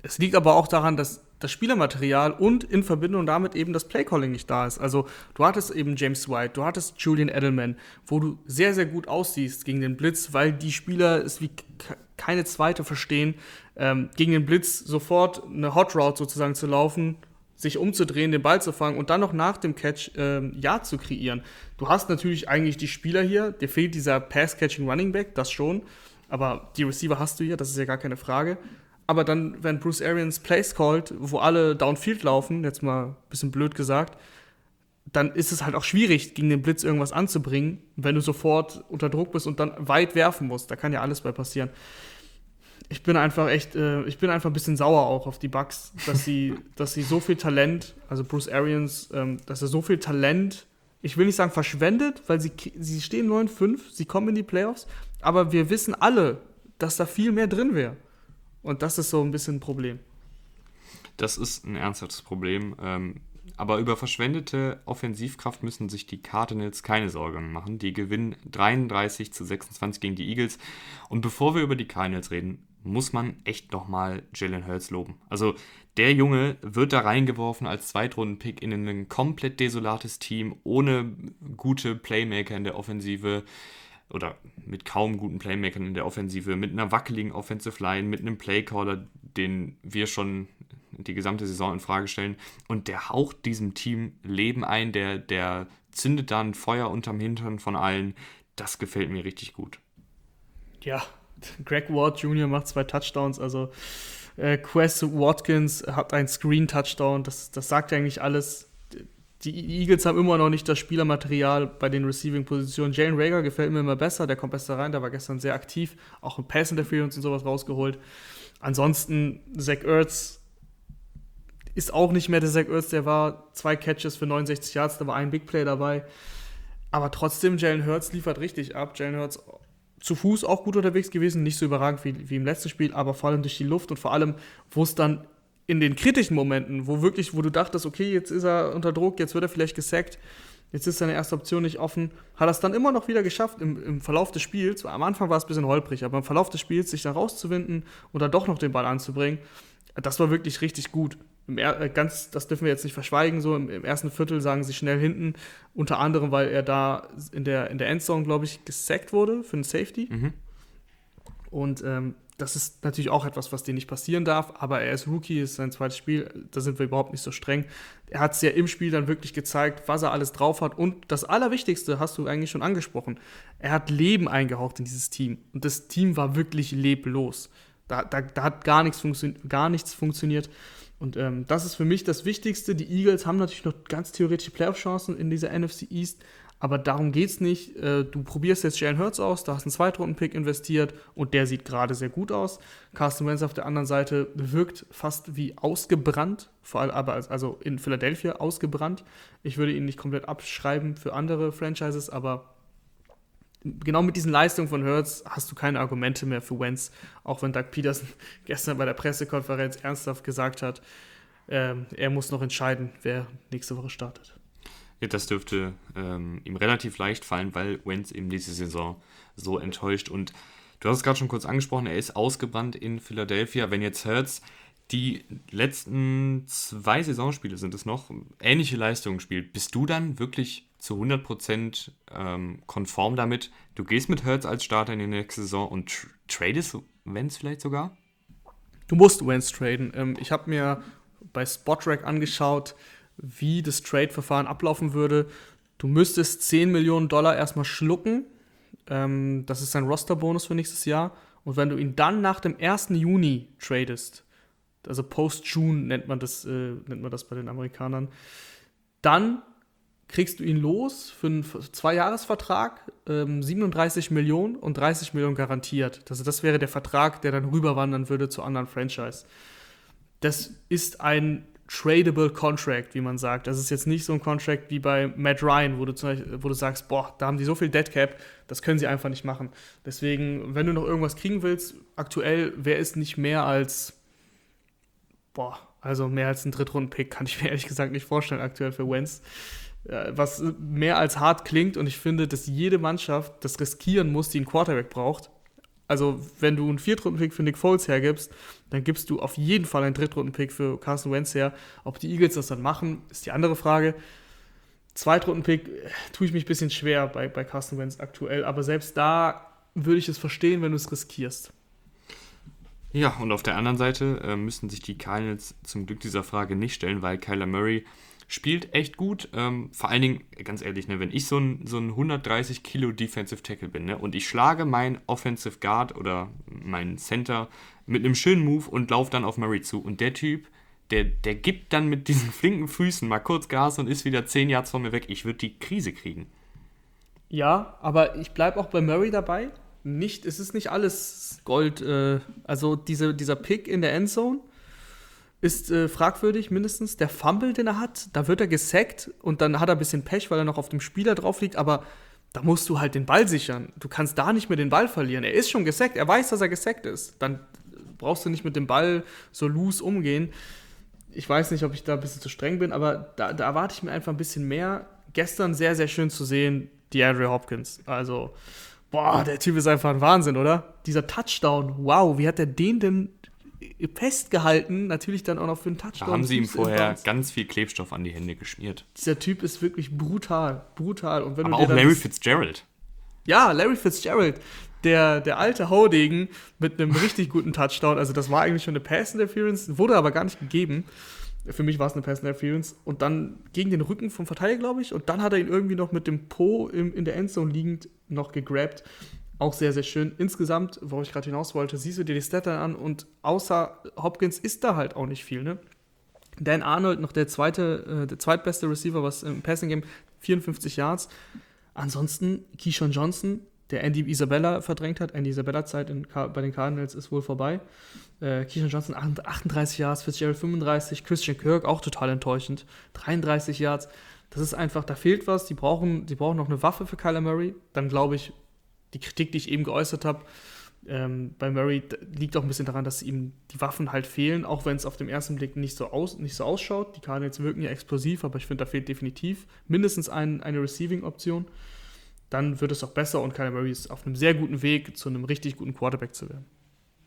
Es liegt aber auch daran, dass das Spielermaterial und in Verbindung damit eben das Playcalling nicht da ist. Also du hattest eben James White, du hattest Julian Edelman, wo du sehr, sehr gut aussiehst gegen den Blitz, weil die Spieler es wie keine zweite verstehen, ähm, gegen den Blitz sofort eine Hot Route sozusagen zu laufen, sich umzudrehen, den Ball zu fangen und dann noch nach dem Catch ähm, ja zu kreieren. Du hast natürlich eigentlich die Spieler hier, dir fehlt dieser Pass-Catching Running Back, das schon, aber die Receiver hast du hier, das ist ja gar keine Frage. Aber dann, wenn Bruce Arians Plays callt, wo alle downfield laufen, jetzt mal ein bisschen blöd gesagt, dann ist es halt auch schwierig, gegen den Blitz irgendwas anzubringen, wenn du sofort unter Druck bist und dann weit werfen musst. Da kann ja alles bei passieren. Ich bin einfach echt, äh, ich bin einfach ein bisschen sauer auch auf die Bucks, dass sie, dass sie so viel Talent, also Bruce Arians, ähm, dass er so viel Talent, ich will nicht sagen verschwendet, weil sie, sie stehen neun fünf, sie kommen in die Playoffs, aber wir wissen alle, dass da viel mehr drin wäre. Und das ist so ein bisschen ein Problem. Das ist ein ernsthaftes Problem. Ähm, aber über verschwendete Offensivkraft müssen sich die Cardinals keine Sorgen machen. Die gewinnen dreiunddreißig zu sechsundzwanzig gegen die Eagles. Und bevor wir über die Cardinals reden, muss man echt nochmal Jalen Hurts loben. Also der Junge wird da reingeworfen als Zweitrunden-Pick in ein komplett desolates Team, ohne gute Playmaker in der Offensive. Oder mit kaum guten Playmakern in der Offensive, mit einer wackeligen Offensive Line, mit einem Playcaller, den wir schon die gesamte Saison in Frage stellen. Und der haucht diesem Team Leben ein, der, der zündet dann Feuer unterm Hintern von allen. Das gefällt mir richtig gut. Ja, Greg Ward Junior macht zwei Touchdowns, also äh, Quez Watkins hat einen Screen-Touchdown, das, das sagt ja eigentlich alles. Die Eagles haben immer noch nicht das Spielermaterial bei den Receiving-Positionen. Jalen Reagor gefällt mir immer besser, der kommt besser rein, der war gestern sehr aktiv, auch ein Pass-Interference und sowas rausgeholt. Ansonsten, Zach Ertz ist auch nicht mehr der Zach Ertz, der war zwei Catches für neunundsechzig Yards, da war ein Big Play dabei. Aber trotzdem, Jalen Hurts liefert richtig ab. Jalen Hurts zu Fuß auch gut unterwegs gewesen, nicht so überragend wie, wie im letzten Spiel, aber vor allem durch die Luft und vor allem, wo es dann in den kritischen Momenten, wo wirklich, wo du dachtest, okay, jetzt ist er unter Druck, jetzt wird er vielleicht gesackt, jetzt ist seine erste Option nicht offen, hat er es dann immer noch wieder geschafft im, im Verlauf des Spiels. Am Anfang war es ein bisschen holprig, aber im Verlauf des Spiels sich dann rauszuwinden und dann doch noch den Ball anzubringen, das war wirklich richtig gut. Im er- ganz, das dürfen wir jetzt nicht verschweigen, so im, im ersten Viertel sagen sie schnell hinten, unter anderem, weil er da in der, in der Endzone, glaube ich, gesackt wurde für einen Safety. Mhm. Und ähm, das ist natürlich auch etwas, was dir nicht passieren darf, aber er ist Rookie, ist sein zweites Spiel, da sind wir überhaupt nicht so streng. Er hat es ja im Spiel dann wirklich gezeigt, was er alles drauf hat und das Allerwichtigste hast du eigentlich schon angesprochen, er hat Leben eingehaucht in dieses Team und das Team war wirklich leblos. Da, da, da hat gar nichts, funktio- gar nichts funktioniert und ähm, das ist für mich das Wichtigste. Die Eagles haben natürlich noch ganz theoretische Playoff-Chancen in dieser N F C East, aber darum geht's nicht. Du probierst jetzt Jalen Hurts aus, da hast einen Zweitrunden-Pick investiert und der sieht gerade sehr gut aus. Carson Wentz auf der anderen Seite wirkt fast wie ausgebrannt, vor allem aber also in Philadelphia ausgebrannt. Ich würde ihn nicht komplett abschreiben für andere Franchises, aber genau mit diesen Leistungen von Hurts hast du keine Argumente mehr für Wentz, auch wenn Doug Peterson gestern bei der Pressekonferenz ernsthaft gesagt hat, ähm, er muss noch entscheiden, wer nächste Woche startet. Ja, das dürfte ähm, ihm relativ leicht fallen, weil Wentz eben diese Saison so enttäuscht. Und du hast es gerade schon kurz angesprochen, er ist ausgebrannt in Philadelphia. Wenn jetzt Hurts die letzten zwei Saisonspiele sind es noch, ähnliche Leistungen spielt, bist du dann wirklich zu hundert Prozent ähm, konform damit? Du gehst mit Hurts als Starter in die nächste Saison und tr- tradest Wentz vielleicht sogar? Du musst Wentz traden. Ähm, ich habe mir bei Spotrac angeschaut, wie das Trade-Verfahren ablaufen würde. Du müsstest zehn Millionen Dollar erstmal schlucken. Ähm, das ist ein Roster-Bonus für nächstes Jahr. Und wenn du ihn dann nach dem ersten Juni tradest, also Post-June nennt man das, äh, nennt man das bei den Amerikanern, dann kriegst du ihn los für einen Zwei-Jahres-Vertrag, ähm, siebenunddreißig Millionen und dreißig Millionen garantiert. Also das wäre der Vertrag, der dann rüberwandern würde zu anderen Franchise. Das ist ein tradable Contract, wie man sagt. Das ist jetzt nicht so ein Contract wie bei Matt Ryan, wo du, zum Beispiel, wo du sagst, boah, da haben die so viel Dead Cap, das können sie einfach nicht machen. Deswegen, wenn du noch irgendwas kriegen willst, aktuell wäre es nicht mehr als, boah, also mehr als ein Drittrunden-Pick kann ich mir ehrlich gesagt nicht vorstellen aktuell für Wentz. Was mehr als hart klingt und ich finde, dass jede Mannschaft das riskieren muss, die einen Quarterback braucht. Also, wenn du einen Viertrunden-Pick für Nick Foles hergibst, dann gibst du auf jeden Fall einen Drittrunden-Pick für Carson Wentz her. Ob die Eagles das dann machen, ist die andere Frage. Zweitrunden-Pick äh, tue ich mich ein bisschen schwer bei, bei Carson Wentz aktuell, aber selbst da würde ich es verstehen, wenn du es riskierst. Ja, und auf der anderen Seite äh, müssen sich die Cardinals zum Glück dieser Frage nicht stellen, weil Kyler Murray spielt echt gut. Ähm, vor allen Dingen, ganz ehrlich, ne, wenn ich so ein, so ein hundertdreißig Kilo Defensive Tackle bin, ne, und ich schlage meinen Offensive Guard oder meinen Center mit einem schönen Move und laufe dann auf Murray zu. Und der Typ, der, der gibt dann mit diesen flinken Füßen mal kurz Gas und ist wieder zehn Yards von mir weg. Ich würde die Krise kriegen. Ja, aber ich bleibe auch bei Murray dabei. Nicht, es ist nicht alles Gold. Äh, also diese, dieser Pick in der Endzone ist äh, fragwürdig, mindestens. Der Fumble, den er hat, da wird er gesackt und dann hat er ein bisschen Pech, weil er noch auf dem Spieler drauf liegt, aber da musst du halt den Ball sichern. Du kannst da nicht mehr den Ball verlieren. Er ist schon gesackt, er weiß, dass er gesackt ist. Dann brauchst du nicht mit dem Ball so loose umgehen. Ich weiß nicht, ob ich da ein bisschen zu streng bin, aber da, da erwarte ich mir einfach ein bisschen mehr. Gestern sehr, sehr schön zu sehen, DeAndre Hopkins. Also, boah, der Typ ist einfach ein Wahnsinn, oder? Dieser Touchdown, wow, wie hat er den denn festgehalten, natürlich dann auch noch für einen Touchdown. Da haben sie ihm vorher ganz viel Klebstoff an die Hände geschmiert. Dieser Typ ist wirklich brutal, brutal. Und wenn Aber du auch Larry Fitzgerald. Ja, Larry Fitzgerald, der, der alte Haudegen mit einem richtig guten Touchdown. Also das war eigentlich schon eine Pass-Interference, wurde aber gar nicht gegeben. Für mich war es eine Pass-Interference. Und dann gegen den Rücken vom Verteidiger, glaube ich. Und dann hat er ihn irgendwie noch mit dem Po im, in der Endzone liegend noch gegrabt. Auch sehr, sehr schön. Insgesamt, wo ich gerade hinaus wollte, siehst du dir die Stats an und außer Hopkins ist da halt auch nicht viel, ne? Dan Arnold, noch der zweite, äh, der zweitbeste Receiver, was im Passing-Game, vierundfünfzig Yards. Ansonsten Keyshawn Johnson, der Andy Isabella verdrängt hat. Andy Isabella-Zeit in, bei den Cardinals ist wohl vorbei. Äh, Keyshawn Johnson, achtunddreißig Yards, Fitzgerald fünfunddreißig, Christian Kirk, auch total enttäuschend, dreiunddreißig Yards. Das ist einfach, da fehlt was. Die brauchen, die brauchen noch eine Waffe für Kyler Murray. Dann glaube ich, die Kritik, die ich eben geäußert habe, ähm, bei Murray liegt auch ein bisschen daran, dass ihm die Waffen halt fehlen, auch wenn es auf den ersten Blick nicht so, aus, nicht so ausschaut. Die Cardinals wirken ja explosiv, aber ich finde, da fehlt definitiv mindestens ein, eine Receiving-Option. Dann wird es auch besser und Kyler Murray ist auf einem sehr guten Weg, zu einem richtig guten Quarterback zu werden.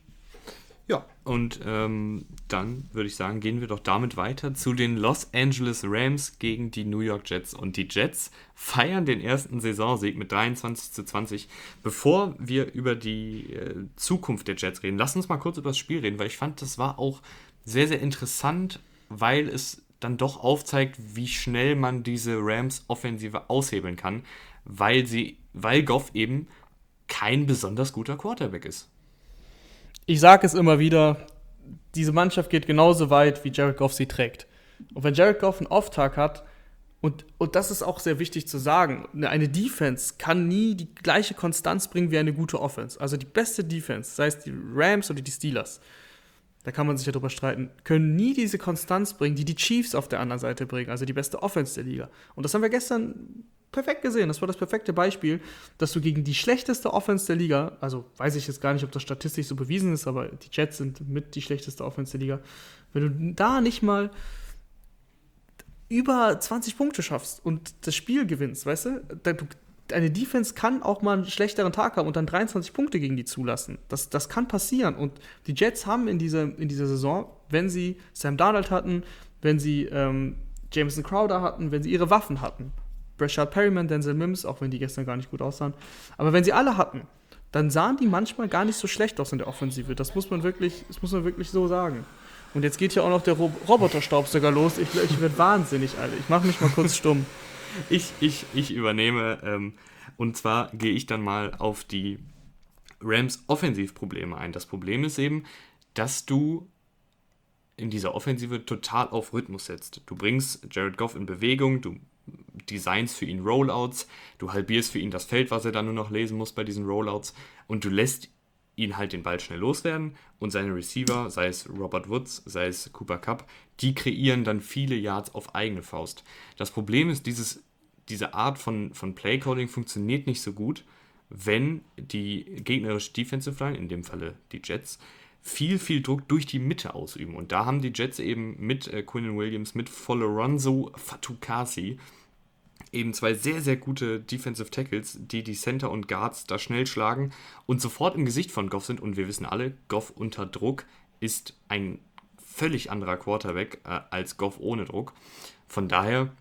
Ja, und ähm, dann würde ich sagen, gehen wir doch damit weiter zu den Los Angeles Rams gegen die New York Jets. Und die Jets feiern den ersten Saisonsieg mit dreiundzwanzig zu zwanzig. Bevor wir über die äh, Zukunft der Jets reden, lass uns mal kurz über das Spiel reden, weil ich fand, das war auch sehr, sehr interessant, weil es dann doch aufzeigt, wie schnell man diese Rams-Offensive aushebeln kann, weil sie, weil Goff eben kein besonders guter Quarterback ist. Ich sage es immer wieder, diese Mannschaft geht genauso weit, wie Jared Goff sie trägt. Und wenn Jared Goff einen Off-Tag hat, und, und das ist auch sehr wichtig zu sagen, eine Defense kann nie die gleiche Konstanz bringen wie eine gute Offense. Also die beste Defense, sei es die Rams oder die Steelers, da kann man sich ja drüber streiten, können nie diese Konstanz bringen, die die Chiefs auf der anderen Seite bringen, also die beste Offense der Liga. Und das haben wir gestern perfekt gesehen. Das war das perfekte Beispiel, dass du gegen die schlechteste Offense der Liga, also weiß ich jetzt gar nicht, ob das statistisch so bewiesen ist, aber die Jets sind mit die schlechteste Offense der Liga, wenn du da nicht mal über zwanzig Punkte schaffst und das Spiel gewinnst, weißt du, deine Defense kann auch mal einen schlechteren Tag haben und dann dreiundzwanzig Punkte gegen die zulassen. Das, das kann passieren. Und die Jets haben in dieser, in dieser Saison, wenn sie Sam Darnold hatten, wenn sie ähm, Jameson Crowder hatten, wenn sie ihre Waffen hatten, Rashad Perryman, Denzel Mims, auch wenn die gestern gar nicht gut aussahen, aber wenn sie alle hatten, dann sahen die manchmal gar nicht so schlecht aus in der Offensive. Das muss man wirklich, das muss man wirklich so sagen. Und jetzt geht hier auch noch der Rob- Roboterstaubsauger los. Ich, ich werde wahnsinnig, Alter. Ich mache mich mal kurz stumm. Ich, ich, ich übernehme, ähm, und zwar gehe ich dann mal auf die Rams Offensivprobleme ein. Das Problem ist eben, dass du in dieser Offensive total auf Rhythmus setzt. Du bringst Jared Goff in Bewegung, du designst für ihn Rollouts, du halbierst für ihn das Feld, was er dann nur noch lesen muss bei diesen Rollouts, und du lässt ihn halt den Ball schnell loswerden und seine Receiver, sei es Robert Woods, sei es Cooper Kupp, die kreieren dann viele Yards auf eigene Faust. Das Problem ist, dieses, diese Art von, von Playcalling funktioniert nicht so gut, wenn die gegnerische Defensive Line, in dem Falle die Jets, viel, viel Druck durch die Mitte ausüben. Und da haben die Jets eben mit äh, Quinnen Williams, mit Folorunso Fatukasi eben zwei sehr, sehr gute Defensive Tackles, die die Center und Guards da schnell schlagen und sofort im Gesicht von Goff sind. Und wir wissen alle, Goff unter Druck ist ein völlig anderer Quarterback äh, als Goff ohne Druck. Von daher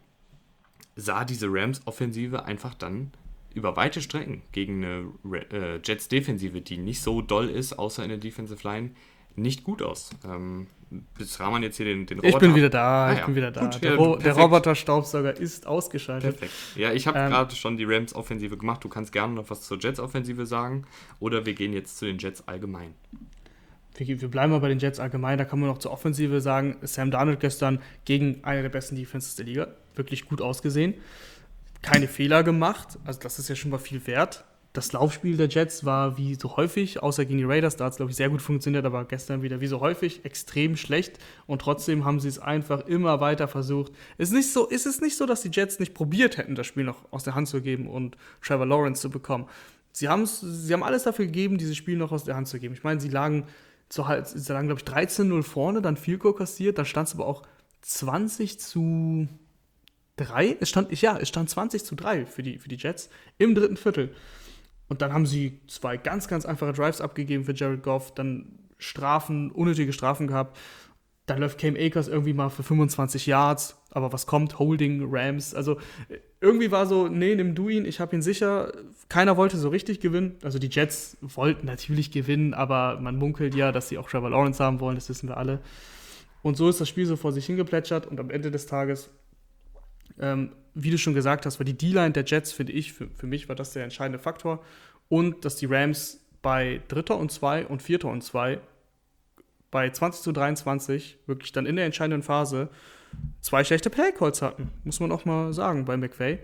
sah diese Rams-Offensive einfach dann über weite Strecken gegen eine äh, Jets-Defensive, die nicht so doll ist, außer in der Defensive Line, nicht gut aus. Ähm, bis Rahman jetzt hier den, den Roboter... Ich bin wieder da, ah, ich ja. bin wieder da. Gut, der, ja, Ro- der Roboter-Staubsauger ist ausgeschaltet. Perfekt. Ja, ich habe ähm, gerade schon die Rams-Offensive gemacht. Du kannst gerne noch was zur Jets-Offensive sagen. Oder wir gehen jetzt zu den Jets allgemein. Wir, wir bleiben mal bei den Jets allgemein. Da kann man noch zur Offensive sagen, Sam Darnold gestern gegen eine der besten Defenses der Liga. Wirklich gut ausgesehen. Keine Fehler gemacht. Also das ist ja schon mal viel wert. Das Laufspiel der Jets war wie so häufig, außer gegen die Raiders, da hat es, glaube ich, sehr gut funktioniert, aber gestern wieder wie so häufig extrem schlecht und trotzdem haben sie es einfach immer weiter versucht. Ist, nicht so, ist es nicht so, dass die Jets nicht probiert hätten, das Spiel noch aus der Hand zu geben und Trevor Lawrence zu bekommen. Sie, sie haben alles dafür gegeben, dieses Spiel noch aus der Hand zu geben. Ich meine, sie lagen, zu, sie lagen glaube ich, dreizehn null vorne, dann Field Goal kassiert, dann stand es aber auch zwanzig zu drei. Es stand, ja, es stand zwanzig zu drei für die, für die Jets im dritten Viertel. Und dann haben sie zwei ganz, ganz einfache Drives abgegeben für Jared Goff, dann Strafen, unnötige Strafen gehabt. Dann läuft Cam Akers irgendwie mal für fünfundzwanzig Yards, aber was kommt? Holding, Rams. Also irgendwie war so, nee, nimm du ihn, ich habe ihn sicher. Keiner wollte so richtig gewinnen. Also die Jets wollten natürlich gewinnen, aber man munkelt ja, dass sie auch Trevor Lawrence haben wollen, das wissen wir alle. Und so ist das Spiel so vor sich hingeplätschert und am Ende des Tages, ähm, wie du schon gesagt hast, war die D-Line der Jets, finde ich, für, für mich war das der entscheidende Faktor. Und dass die Rams bei Dritter und Zwei und Vierter und Zwei bei zwanzig zu dreiundzwanzig wirklich dann in der entscheidenden Phase zwei schlechte Playcalls hatten, muss man auch mal sagen, bei McVay.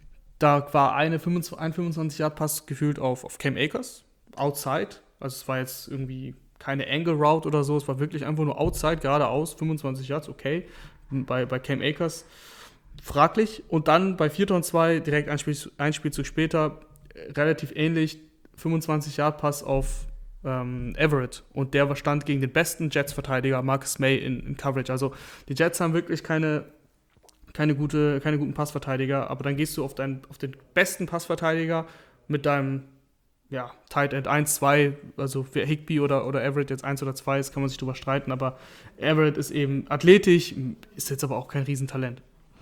Da war eine ein fünfundzwanzig-Yard-Pass gefühlt auf, auf Cam Akers, outside. Also es war jetzt irgendwie keine Angle-Route oder so, es war wirklich einfach nur outside, geradeaus, fünfundzwanzig Yards, okay. Bei, bei Cam Akers fraglich. Und dann bei Vierter und Zwei, direkt ein, Spiel, ein Spielzug später, relativ ähnlich, fünfundzwanzig-Yard-Pass auf ähm, Everett. Und der stand gegen den besten Jets-Verteidiger, Marcus May, in, in Coverage. Also die Jets haben wirklich keine, keine, gute, keine guten Passverteidiger, aber dann gehst du auf, deinen, auf den besten Passverteidiger mit deinem ja, Tight End eins, zwei, also wer Higbee oder, oder Everett jetzt eins oder zwei ist, kann man sich drüber streiten, aber Everett ist eben athletisch, ist jetzt aber auch kein Riesentalent.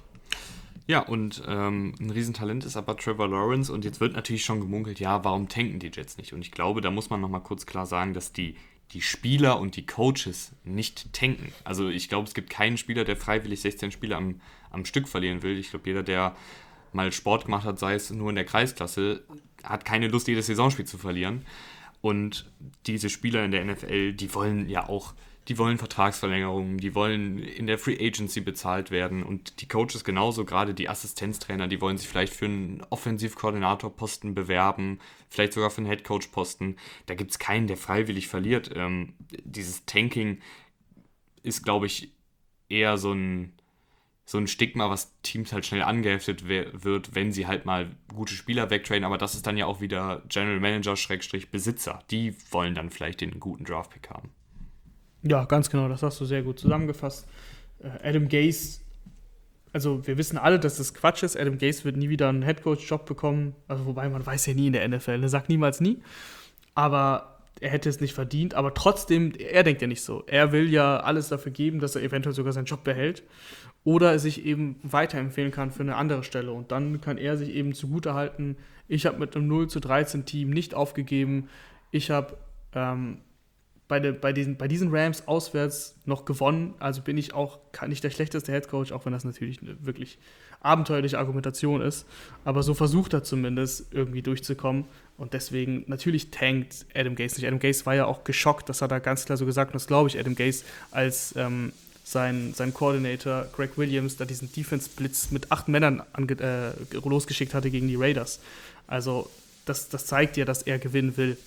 Ja, und ähm, ein Riesentalent ist aber Trevor Lawrence und jetzt wird natürlich schon gemunkelt, ja, warum tanken die Jets nicht? Und ich glaube, da muss man nochmal kurz klar sagen, dass die, die Spieler und die Coaches nicht tanken. Also ich glaube, es gibt keinen Spieler, der freiwillig sechzehn Spiele am, am Stück verlieren will. Ich glaube, jeder, der mal Sport gemacht hat, sei es nur in der Kreisklasse, hat keine Lust, jedes Saisonspiel zu verlieren. Und diese Spieler in der N F L, die wollen ja auch, die wollen Vertragsverlängerungen, die wollen in der Free Agency bezahlt werden und die Coaches genauso, gerade die Assistenztrainer, die wollen sich vielleicht für einen Offensivkoordinatorposten bewerben, vielleicht sogar für einen Headcoach-Posten. Da gibt es keinen, der freiwillig verliert. Ähm, dieses Tanking ist, glaube ich, eher so ein, so ein Stigma, was Teams halt schnell angeheftet we- wird, wenn sie halt mal gute Spieler wegtraden, aber das ist dann ja auch wieder General Manager Schrägstrich Besitzer. Die wollen dann vielleicht den guten Draftpick haben. Ja, ganz genau, das hast du sehr gut zusammengefasst. Äh, Adam Gase, also wir wissen alle, dass das Quatsch ist. Adam Gase wird nie wieder einen Headcoach-Job bekommen. Also wobei, man weiß ja nie in der N F L, ne? Sagt niemals nie. Aber er hätte es nicht verdient. Aber trotzdem, er denkt ja nicht so. Er will ja alles dafür geben, dass er eventuell sogar seinen Job behält. Oder sich eben weiterempfehlen kann für eine andere Stelle. Und dann kann er sich eben zugutehalten, ich habe mit einem null zu dreizehn Team nicht aufgegeben. Ich habe ähm, Bei, de, bei, diesen, bei diesen Rams auswärts noch gewonnen, also bin ich auch nicht der schlechteste Headcoach, auch wenn das natürlich eine wirklich abenteuerliche Argumentation ist, aber so versucht er zumindest irgendwie durchzukommen und deswegen natürlich tankt Adam Gase nicht. Adam Gase war ja auch geschockt, das hat er ganz klar so gesagt und das glaube ich Adam Gase, als ähm, sein, sein Coordinator Greg Williams da diesen Defense-Blitz mit acht Männern ange- äh, losgeschickt hatte gegen die Raiders. Also das, das zeigt ja, dass er gewinnen will.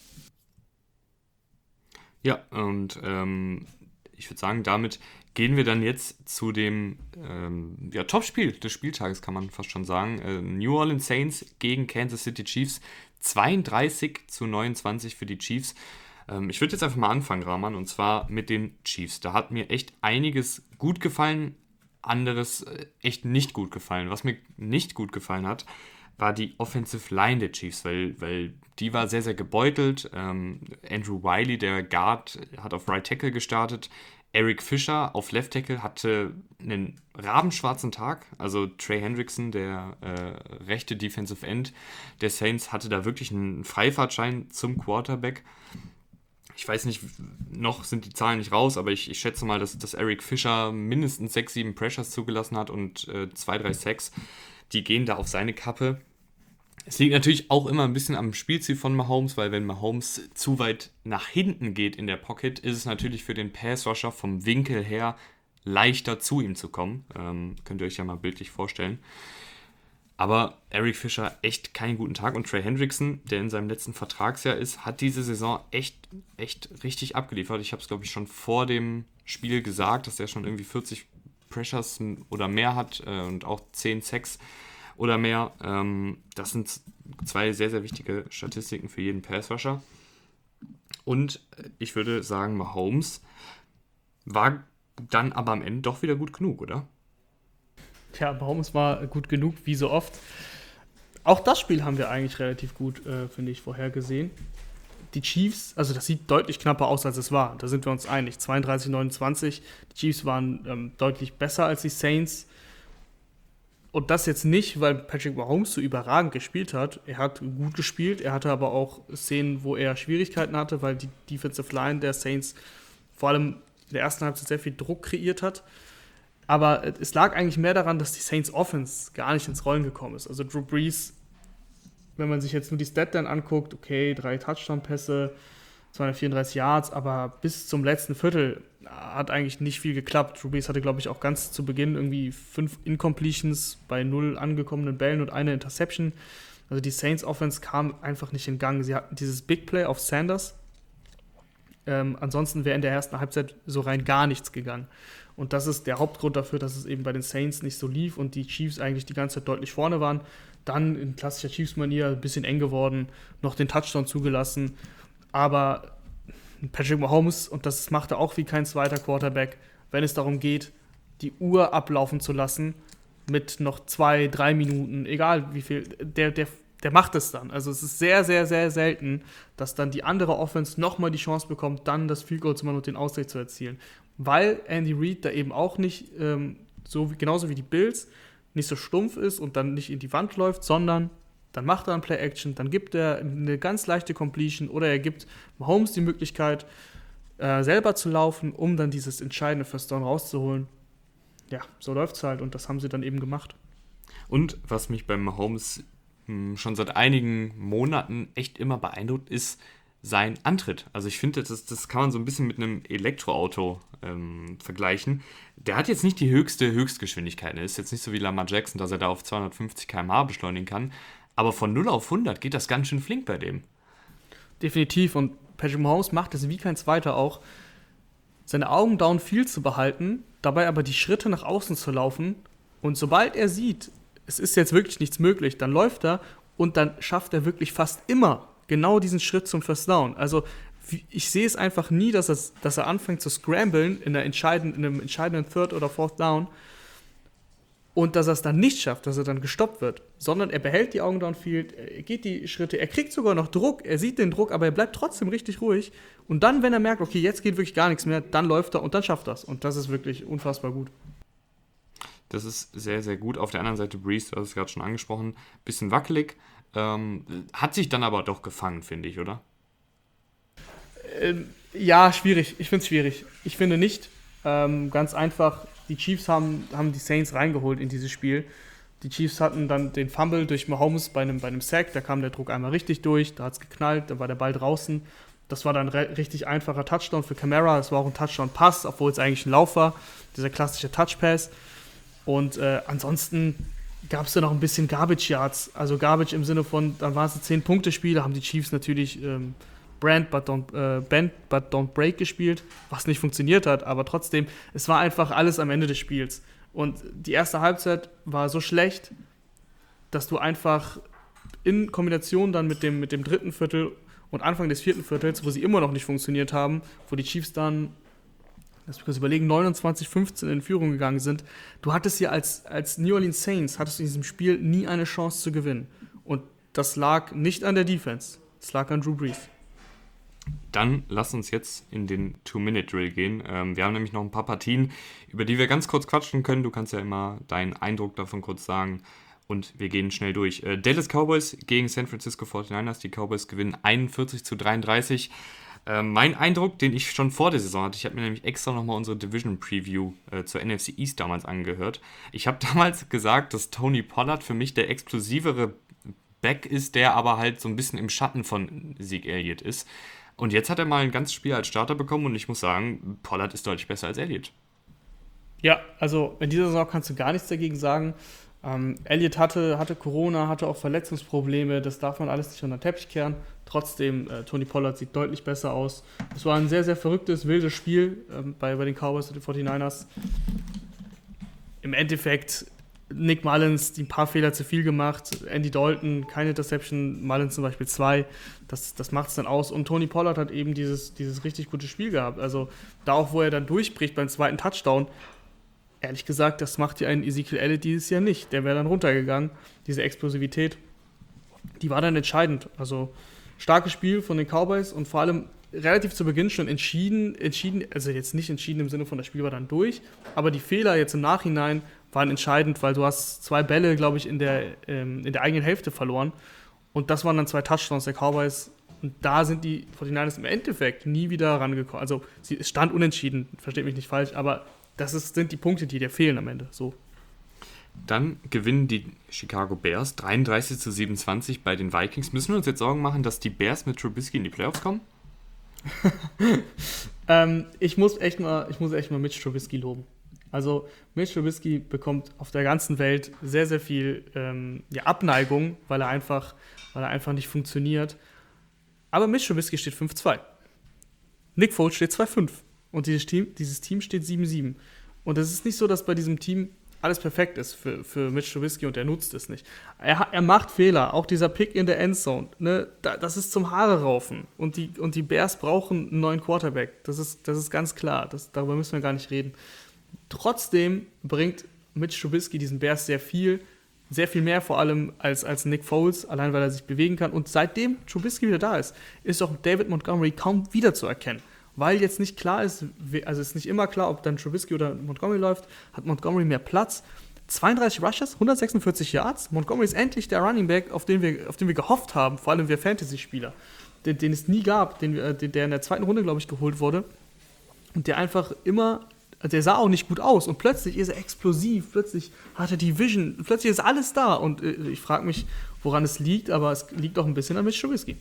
Ja, und ähm, ich würde sagen, damit gehen wir dann jetzt zu dem ähm, ja, Topspiel des Spieltages, kann man fast schon sagen. Äh, New Orleans Saints gegen Kansas City Chiefs. zweiunddreißig zu neunundzwanzig für die Chiefs. Ähm, ich würde jetzt einfach mal anfangen, Rahman, und zwar mit den Chiefs. Da hat mir echt einiges gut gefallen. anderes echt nicht gut gefallen. Was mir nicht gut gefallen hat, war die Offensive Line der Chiefs, weil, weil die war sehr, sehr gebeutelt. Ähm, Andrew Wiley, der Guard, hat auf Right Tackle gestartet. Eric Fisher auf Left Tackle hatte einen rabenschwarzen Tag. Also Trey Hendrickson, der äh, rechte Defensive End der Saints, hatte da wirklich einen Freifahrtschein zum Quarterback. Ich weiß nicht, noch sind die Zahlen nicht raus, aber ich, ich schätze mal, dass, dass Eric Fisher mindestens sechs, sieben Pressures zugelassen hat und äh, zwei, drei Sacks. Die gehen da auf seine Kappe. Es liegt natürlich auch immer ein bisschen am Spielziel von Mahomes, weil wenn Mahomes zu weit nach hinten geht in der Pocket, ist es natürlich für den Pass-Rusher vom Winkel her leichter zu ihm zu kommen. Ähm, könnt ihr euch ja mal bildlich vorstellen. Aber Eric Fisher echt keinen guten Tag und Trey Hendrickson, der in seinem letzten Vertragsjahr ist, hat diese Saison echt, echt richtig abgeliefert. Ich habe es, glaube ich, schon vor dem Spiel gesagt, dass er schon irgendwie vierzig Pressures oder mehr hat äh, und auch zehn Sacks oder mehr. Ähm, das sind zwei sehr, sehr wichtige Statistiken für jeden Passrusher. Und ich würde sagen, Mahomes war dann aber am Ende doch wieder gut genug, oder? Tja, Mahomes war gut genug, wie so oft. Auch das Spiel haben wir eigentlich relativ gut, äh, finde ich, vorhergesehen. Die Chiefs, also das sieht deutlich knapper aus, als es war. Da sind wir uns einig. zweiunddreißig neunundzwanzig. Die Chiefs waren ähm, deutlich besser als die Saints. Und das jetzt nicht, weil Patrick Mahomes so überragend gespielt hat. Er hat gut gespielt. Er hatte aber auch Szenen, wo er Schwierigkeiten hatte, weil die Defensive Line der Saints vor allem in der ersten Halbzeit sehr viel Druck kreiert hat. Aber es lag eigentlich mehr daran, dass die Saints Offense gar nicht ins Rollen gekommen ist. Also Drew Brees, wenn man sich jetzt nur die Statline anguckt, okay, drei Touchdown-Pässe, zweihundertvierunddreißig Yards, aber bis zum letzten Viertel hat eigentlich nicht viel geklappt. Drew Brees hatte, glaube ich, auch ganz zu Beginn irgendwie fünf Incompletions bei null angekommenen Bällen und eine Interception. Also die Saints Offense kam einfach nicht in Gang. Sie hatten dieses Big Play auf Sanders. Ähm, ansonsten wäre in der ersten Halbzeit so rein gar nichts gegangen. Und das ist der Hauptgrund dafür, dass es eben bei den Saints nicht so lief und die Chiefs eigentlich die ganze Zeit deutlich vorne waren. Dann in klassischer Chiefs-Manier ein bisschen eng geworden, noch den Touchdown zugelassen. Aber Patrick Mahomes, und das macht er auch wie kein zweiter Quarterback, wenn es darum geht, die Uhr ablaufen zu lassen mit noch zwei, drei Minuten, egal wie viel, der, der, der macht es dann. Also es ist sehr, sehr, sehr selten, dass dann die andere Offense nochmal die Chance bekommt, dann das Field Goal zu machen und den Ausgleich zu erzielen. Weil Andy Reid da eben auch nicht, ähm, so wie, genauso wie die Bills, nicht so stumpf ist und dann nicht in die Wand läuft, sondern dann macht er ein Play-Action, dann gibt er eine ganz leichte Completion oder er gibt Mahomes die Möglichkeit, äh, selber zu laufen, um dann dieses entscheidende First Down rauszuholen. Ja, so läuft's halt und das haben sie dann eben gemacht. Und was mich bei Mahomes mh, schon seit einigen Monaten echt immer beeindruckt, ist sein Antritt. Also ich finde, das, das kann man so ein bisschen mit einem Elektroauto ähm, vergleichen. Der hat jetzt nicht die höchste Höchstgeschwindigkeit. Er ist jetzt nicht so wie Lamar Jackson, dass er da auf zweihundertfünfzig Kilometer pro Stunde beschleunigen kann. Aber von null auf hundert geht das ganz schön flink bei dem. Definitiv. Und Patrick Mahomes macht es wie kein Zweiter auch, seine Augen downfield zu behalten, dabei aber die Schritte nach außen zu laufen. Und sobald er sieht, es ist jetzt wirklich nichts möglich, dann läuft er und dann schafft er wirklich fast immer genau diesen Schritt zum First Down. Also ich sehe es einfach nie, dass, es, dass er anfängt zu scramblen in, der entscheidenden, in einem entscheidenden Third oder Fourth Down und dass er es dann nicht schafft, dass er dann gestoppt wird, sondern er behält die Augen downfield, er geht die Schritte, er kriegt sogar noch Druck, er sieht den Druck, aber er bleibt trotzdem richtig ruhig und dann, wenn er merkt, okay, jetzt geht wirklich gar nichts mehr, dann läuft er und dann schafft er es und das ist wirklich unfassbar gut. Das ist sehr, sehr gut. Auf der anderen Seite Brees, du hast es gerade schon angesprochen, bisschen wackelig, ähm, hat sich dann aber doch gefangen, finde ich, oder? Ähm, ja, schwierig. Ich finde es schwierig. Ich finde nicht. Ähm, ganz einfach, die Chiefs haben, haben die Saints reingeholt in dieses Spiel. Die Chiefs hatten dann den Fumble durch Mahomes bei einem, bei einem Sack. Da kam der Druck einmal richtig durch, da hat es geknallt, dann war der Ball draußen. Das war dann re- richtig einfacher Touchdown für Kamara. Es war auch ein Touchdown-Pass, obwohl es eigentlich ein Lauf war. Dieser klassische Touch-Pass. Und äh, ansonsten gab es ja noch ein bisschen Garbage Yards. Also Garbage im Sinne von, dann waren es ein zehn-Punkte-Spiel, da haben die Chiefs natürlich ähm, Brand but don't, äh, Bend but don't break gespielt, was nicht funktioniert hat, aber trotzdem, es war einfach alles am Ende des Spiels. Und die erste Halbzeit war so schlecht, dass du einfach in Kombination dann mit dem, mit dem dritten Viertel und Anfang des vierten Viertels, wo sie immer noch nicht funktioniert haben, wo die Chiefs dann lass mich kurz überlegen, neunundzwanzig fünfzehn in Führung gegangen sind. Du hattest ja als, als New Orleans Saints, hattest du in diesem Spiel nie eine Chance zu gewinnen. Und das lag nicht an der Defense, es lag an Drew Brees. Dann lass uns jetzt in den Two-Minute-Drill gehen. Ähm, wir haben nämlich noch ein paar Partien, über die wir ganz kurz quatschen können. Du kannst ja immer deinen Eindruck davon kurz sagen und wir gehen schnell durch. Äh, Dallas Cowboys gegen San Francisco forty-niners. Die Cowboys gewinnen einundvierzig zu dreiunddreißig. Äh, mein Eindruck, den ich schon vor der Saison hatte, ich habe mir nämlich extra nochmal unsere Division-Preview äh, zur N F C East damals angehört. Ich habe damals gesagt, dass Tony Pollard für mich der explosivere Back ist, der aber halt so ein bisschen im Schatten von Zeke Elliott ist. Und jetzt hat er mal ein ganzes Spiel als Starter bekommen und ich muss sagen, Pollard ist deutlich besser als Elliott. Ja, also in dieser Saison kannst du gar nichts dagegen sagen. Ähm, Elliott hatte, hatte Corona, hatte auch Verletzungsprobleme, das darf man alles nicht unter den Teppich kehren. Trotzdem, äh, Tony Pollard sieht deutlich besser aus. Es war ein sehr, sehr verrücktes, wildes Spiel ähm, bei, bei den Cowboys und den forty-niners. Im Endeffekt Nick Mullins, die ein paar Fehler zu viel gemacht, Andy Dalton, keine Interception, Mullins zum Beispiel zwei, das, das macht es dann aus. Und Tony Pollard hat eben dieses, dieses richtig gute Spiel gehabt. Also da auch, wo er dann durchbricht beim zweiten Touchdown, ehrlich gesagt, das macht ja einen Ezekiel Elliott dieses Jahr nicht. Der wäre dann runtergegangen. Diese Explosivität, die war dann entscheidend. Also starkes Spiel von den Cowboys und vor allem relativ zu Beginn schon entschieden, entschieden, also jetzt nicht entschieden im Sinne von, das Spiel war dann durch, aber die Fehler jetzt im Nachhinein waren entscheidend, weil du hast zwei Bälle, glaube ich, in der, ähm, in der eigenen Hälfte verloren und das waren dann zwei Touchdowns der Cowboys und da sind die forty-niners im Endeffekt nie wieder rangekommen. Also sie, es stand unentschieden, versteht mich nicht falsch, aber das ist, sind die Punkte, die dir fehlen am Ende. So. Dann gewinnen die Chicago Bears dreiunddreißig zu siebenundzwanzig bei den Vikings. Müssen wir uns jetzt Sorgen machen, dass die Bears mit Trubisky in die Playoffs kommen? ähm, ich muss echt mal, ich muss echt mal Mitch Trubisky loben. Also Mitch Trubisky bekommt auf der ganzen Welt sehr, sehr viel ähm, ja, Abneigung, weil er, einfach, weil er einfach nicht funktioniert. Aber Mitch Trubisky steht fünf zwei. Nick Foles steht zwei fünf. Und dieses Team, dieses Team steht sieben sieben. Und es ist nicht so, dass bei diesem Team alles perfekt ist für, für Mitch Trubisky und er nutzt es nicht. Er, er macht Fehler, auch dieser Pick in der Endzone, ne, da, das ist zum Haare raufen. Und die, und die Bears brauchen einen neuen Quarterback, das ist, das ist ganz klar, das, darüber müssen wir gar nicht reden. Trotzdem bringt Mitch Trubisky diesen Bears sehr viel, sehr viel mehr vor allem als, als Nick Foles, allein weil er sich bewegen kann. Und seitdem Trubisky wieder da ist, ist auch David Montgomery kaum wiederzuerkennen. Weil jetzt nicht klar ist, also es ist nicht immer klar, ob dann Trubisky oder Montgomery läuft, hat Montgomery mehr Platz. zweiunddreißig Rushes, hundertsechsundvierzig Yards. Montgomery ist endlich der Running Back, auf den wir, auf den wir gehofft haben, vor allem wir Fantasy-Spieler, den, den es nie gab, den, den, der in der zweiten Runde, glaube ich, geholt wurde. Und der einfach immer, der sah auch nicht gut aus. Und plötzlich ist er explosiv, plötzlich hat er die Vision, plötzlich ist alles da. Und äh, ich frage mich, woran es liegt, aber es liegt auch ein bisschen an Mitch Trubisky.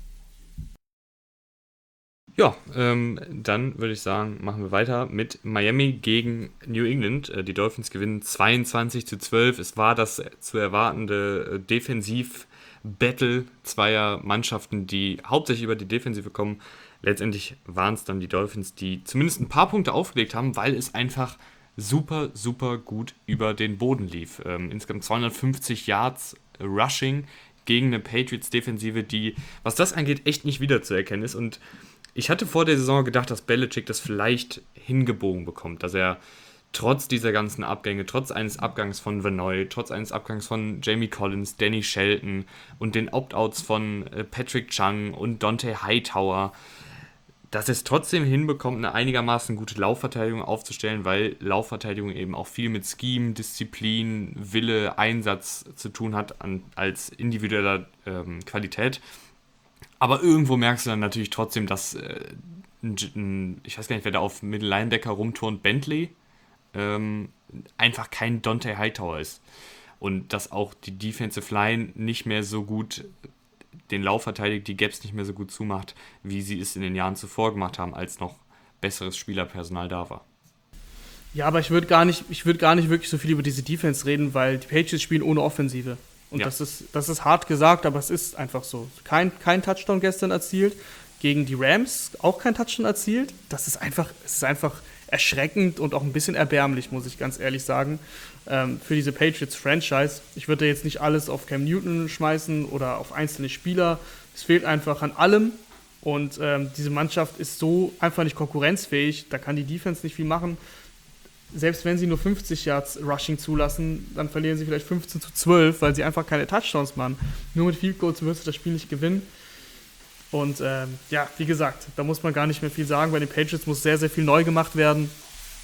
Ja, ähm, dann würde ich sagen, machen wir weiter mit Miami gegen New England. Äh, die Dolphins gewinnen zweiundzwanzig zu zwölf. Es war das zu erwartende äh, Defensiv-Battle zweier Mannschaften, die hauptsächlich über die Defensive kommen. Letztendlich waren es dann die Dolphins, die zumindest ein paar Punkte aufgelegt haben, weil es einfach super, super gut über den Boden lief. Ähm, insgesamt zweihundertfünfzig Yards Rushing gegen eine Patriots-Defensive, die, was das angeht, echt nicht wiederzuerkennen ist. Und ich hatte vor der Saison gedacht, dass Belichick das vielleicht hingebogen bekommt, dass er trotz dieser ganzen Abgänge, trotz eines Abgangs von Vanoy, trotz eines Abgangs von Jamie Collins, Danny Shelton und den Opt-outs von Patrick Chung und Dante Hightower, dass er es trotzdem hinbekommt, eine einigermaßen gute Laufverteidigung aufzustellen, weil Laufverteidigung eben auch viel mit Scheme, Disziplin, Wille, Einsatz zu tun hat an, als individueller ähm, Qualität. Aber irgendwo merkst du dann natürlich trotzdem, dass äh, ein, ein, ich weiß gar nicht, wer da auf Middle-Linebacker rumturnt, Bentley, ähm, einfach kein Dante Hightower ist. Und dass auch die Defensive Line nicht mehr so gut den Lauf verteidigt, die Gaps nicht mehr so gut zumacht, wie sie es in den Jahren zuvor gemacht haben, als noch besseres Spielerpersonal da war. Ja, aber ich würde gar nicht, ich würde gar nicht wirklich so viel über diese Defense reden, weil die Patriots spielen ohne Offensive. Und ja. das ist, das ist hart gesagt, aber es ist einfach so. Kein, kein Touchdown gestern erzielt, gegen die Rams auch kein Touchdown erzielt. Das ist einfach, es ist einfach erschreckend und auch ein bisschen erbärmlich, muss ich ganz ehrlich sagen, ähm, für diese Patriots-Franchise. Ich würde jetzt nicht alles auf Cam Newton schmeißen oder auf einzelne Spieler. Es fehlt einfach an allem. Und ähm, diese Mannschaft ist so einfach nicht konkurrenzfähig, da kann die Defense nicht viel machen. Selbst wenn sie nur fünfzig Yards Rushing zulassen, dann verlieren sie vielleicht fünfzehn zu zwölf, weil sie einfach keine Touchdowns machen. Nur mit Field Goals wirst du das Spiel nicht gewinnen. Und ähm, ja, wie gesagt, da muss man gar nicht mehr viel sagen. Bei den Patriots muss sehr, sehr viel neu gemacht werden.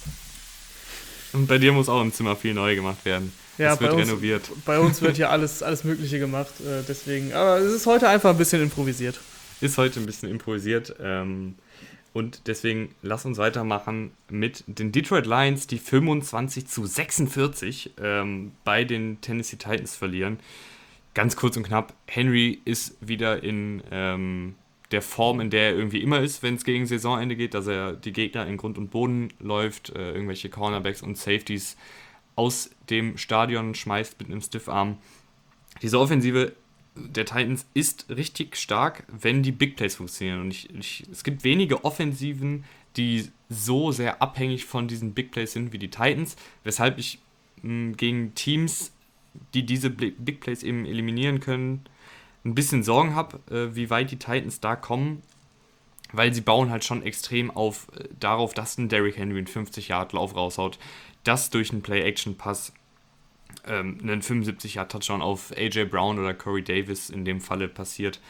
Und bei dir muss auch im Zimmer viel neu gemacht werden. Ja, es wird bei uns, renoviert. Bei uns wird hier alles, alles Mögliche gemacht. Äh, deswegen, aber es ist heute einfach ein bisschen improvisiert. Ist heute ein bisschen improvisiert. Ähm, und deswegen lass uns weitermachen mit den Detroit Lions, die fünfundzwanzig zu sechsundvierzig ähm, bei den Tennessee Titans verlieren. Ganz kurz und knapp, Henry ist wieder in ähm, der Form, in der er irgendwie immer ist, wenn es gegen Saisonende geht, dass er die Gegner in Grund und Boden läuft, äh, irgendwelche Cornerbacks und Safeties aus dem Stadion schmeißt mit einem Stiffarm. Diese Offensive der Titans ist richtig stark, wenn die Big Plays funktionieren. Und ich, ich, es gibt wenige Offensiven, die so sehr abhängig von diesen Big Plays sind wie die Titans, weshalb ich mh, gegen Teams, die diese Big Plays eben eliminieren können, ein bisschen Sorgen habe, äh, wie weit die Titans da kommen, weil sie bauen halt schon extrem auf äh, darauf, dass ein Derrick Henry einen fünfzig-Yard-Lauf raushaut, dass durch einen Play-Action-Pass ähm, einen fünfundsiebzig-Yard-Touchdown auf A J Brown oder Corey Davis in dem Falle passiert.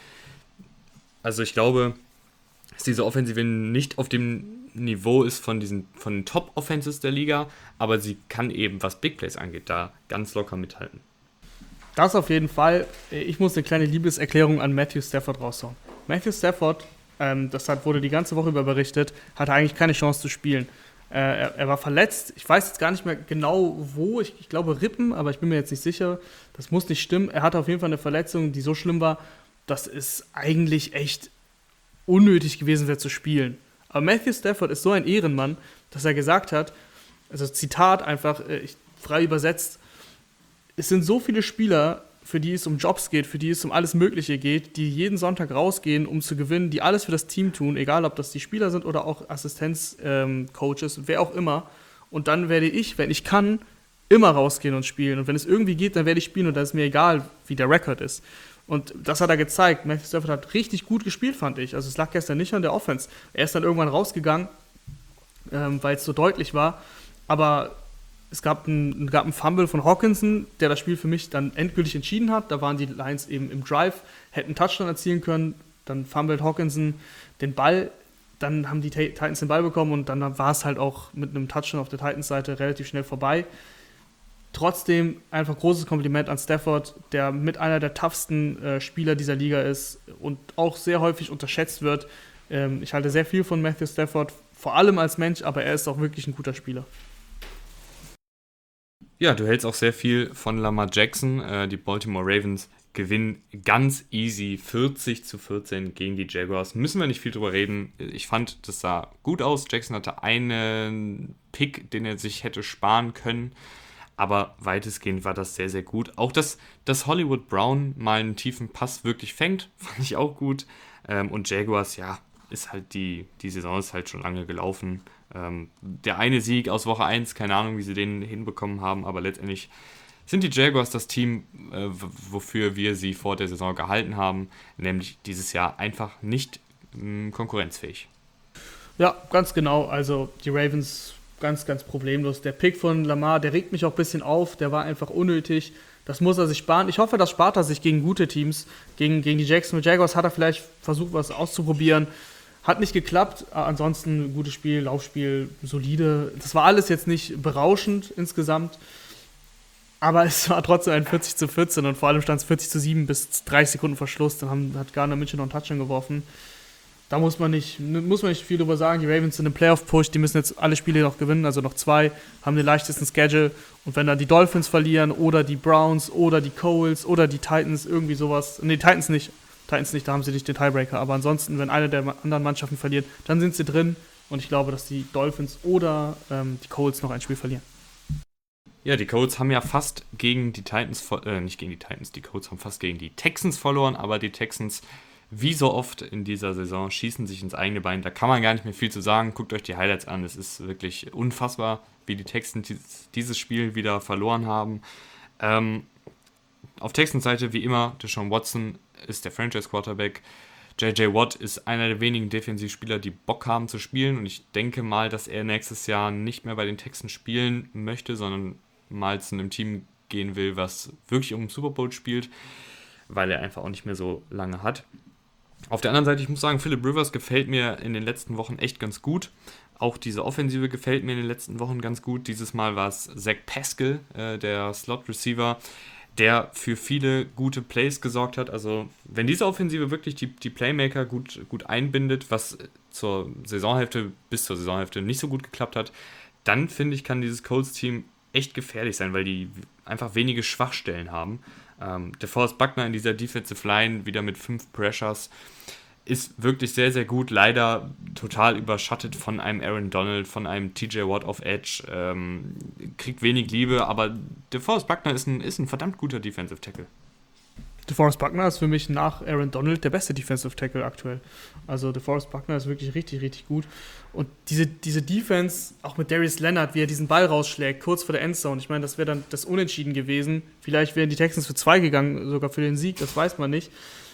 Also ich glaube, dass diese Offensive nicht auf dem Niveau ist von diesen von den Top-Offenses der Liga, aber sie kann eben, was Big Plays angeht, da ganz locker mithalten. Das auf jeden Fall. Ich muss eine kleine Liebeserklärung an Matthew Stafford raushauen. Matthew Stafford, ähm, das hat, wurde die ganze Woche über berichtet, hatte eigentlich keine Chance zu spielen. Äh, er, er war verletzt. Ich weiß jetzt gar nicht mehr genau wo. Ich, ich glaube Rippen, aber ich bin mir jetzt nicht sicher. Das muss nicht stimmen. Er hatte auf jeden Fall eine Verletzung, die so schlimm war, dass es eigentlich echt unnötig gewesen wäre zu spielen. Aber Matthew Stafford ist so ein Ehrenmann, dass er gesagt hat, also Zitat einfach, äh, frei übersetzt, es sind so viele Spieler, für die es um Jobs geht, für die es um alles Mögliche geht, die jeden Sonntag rausgehen, um zu gewinnen, die alles für das Team tun, egal ob das die Spieler sind oder auch Assistenzcoaches, ähm, wer auch immer. Und dann werde ich, wenn ich kann, immer rausgehen und spielen. Und wenn es irgendwie geht, dann werde ich spielen und dann ist mir egal, wie der Rekord ist. Und das hat er gezeigt. Matthew Stafford hat richtig gut gespielt, fand ich. Also es lag gestern nicht an der Offense. Er ist dann irgendwann rausgegangen, ähm, weil es so deutlich war. Aber es gab einen, gab einen Fumble von Hawkinson, der das Spiel für mich dann endgültig entschieden hat. Da waren die Lions eben im Drive, hätten einen Touchdown erzielen können. Dann fummelt Hawkinson den Ball. Dann haben die Titans den Ball bekommen und dann war es halt auch mit einem Touchdown auf der Titans-Seite relativ schnell vorbei. Trotzdem einfach großes Kompliment an Stafford, der mit einer der toughsten äh, Spieler dieser Liga ist und auch sehr häufig unterschätzt wird. Ähm, ich halte sehr viel von Matthew Stafford, vor allem als Mensch, aber er ist auch wirklich ein guter Spieler. Ja, du hältst auch sehr viel von Lamar Jackson. Äh, die Baltimore Ravens gewinnen ganz easy vierzig zu vierzehn gegen die Jaguars. Müssen wir nicht viel drüber reden. Ich fand, das sah gut aus. Jackson hatte einen Pick, den er sich hätte sparen können. Aber weitestgehend war das sehr, sehr gut. Auch, dass, dass Hollywood Brown mal einen tiefen Pass wirklich fängt, fand ich auch gut. Ähm, und Jaguars, ja, ist halt die, die Saison ist halt schon lange gelaufen. Ähm, der eine Sieg aus Woche eins, keine Ahnung, wie sie den hinbekommen haben, aber letztendlich sind die Jaguars das Team, äh, wofür wir sie vor der Saison gehalten haben, nämlich dieses Jahr einfach nicht mh, konkurrenzfähig. Ja, ganz genau. Also die Ravens ganz, ganz problemlos. Der Pick von Lamar, der regt mich auch ein bisschen auf, der war einfach unnötig. Das muss er sich sparen. Ich hoffe, das spart er sich gegen gute Teams. Gegen, gegen die Jacksonville Jaguars hat er vielleicht versucht, was auszuprobieren. Hat nicht geklappt. Ansonsten gutes Spiel, Laufspiel, solide. Das war alles jetzt nicht berauschend insgesamt. Aber es war trotzdem ein vierzig zu vierzehn und vor allem stand es vierzig zu sieben bis dreißig Sekunden vor Schluss. Dann haben, hat Gardner Minshew noch einen Touchdown geworfen. Da muss man nicht, muss man nicht viel drüber sagen. Die Ravens sind im Playoff-Push, die müssen jetzt alle Spiele noch gewinnen, also noch zwei, haben den leichtesten Schedule. Und wenn dann die Dolphins verlieren oder die Browns oder die Colts oder die Titans, irgendwie sowas, nee, Titans nicht, Titans nicht, da haben sie nicht den Tiebreaker. Aber ansonsten, wenn eine der anderen Mannschaften verliert, dann sind sie drin. Und ich glaube, dass die Dolphins oder ähm, die Colts noch ein Spiel verlieren. Ja, die Colts haben ja fast gegen die Titans, äh, nicht gegen die Titans, die Colts haben fast gegen die Texans verloren, aber die Texans, wie so oft in dieser Saison, schießen sich ins eigene Bein. Da kann man gar nicht mehr viel zu sagen. Guckt euch die Highlights an. Es ist wirklich unfassbar, wie die Texans dieses Spiel wieder verloren haben. Ähm, auf Texans Seite, wie immer, Deshaun Watson ist der Franchise-Quarterback. J J Watt ist einer der wenigen Defensivspieler, die Bock haben zu spielen und ich denke mal, dass er nächstes Jahr nicht mehr bei den Texans spielen möchte, sondern mal zu einem Team gehen will, was wirklich um den Super Bowl spielt, weil er einfach auch nicht mehr so lange hat. Auf der anderen Seite, ich muss sagen, Philip Rivers gefällt mir in den letzten Wochen echt ganz gut. Auch diese Offensive gefällt mir in den letzten Wochen ganz gut. Dieses Mal war es Zach Pascal, äh, der Slot-Receiver, der für viele gute Plays gesorgt hat. Also wenn diese Offensive wirklich die, die Playmaker gut, gut einbindet, was zur Saisonhälfte bis zur Saisonhälfte nicht so gut geklappt hat, dann finde ich, kann dieses Colts-Team echt gefährlich sein, weil die einfach wenige Schwachstellen haben. Ähm, DeForest Buckner in dieser Defensive Line wieder mit fünf Pressures ist wirklich sehr, sehr gut. Leider total überschattet von einem Aaron Donald, von einem T J Watt auf Edge. Ähm, kriegt wenig Liebe, aber DeForest Buckner ist ein, ist ein verdammt guter Defensive Tackle. DeForest Buckner ist für mich nach Aaron Donald der beste Defensive Tackle aktuell. Also DeForest Buckner ist wirklich richtig, richtig gut. Und diese, diese Defense, auch mit Darius Leonard, wie er diesen Ball rausschlägt, kurz vor der Endzone, ich meine, das wäre dann das Unentschieden gewesen. Vielleicht wären die Texans für zwei gegangen, sogar für den Sieg, das weiß man nicht.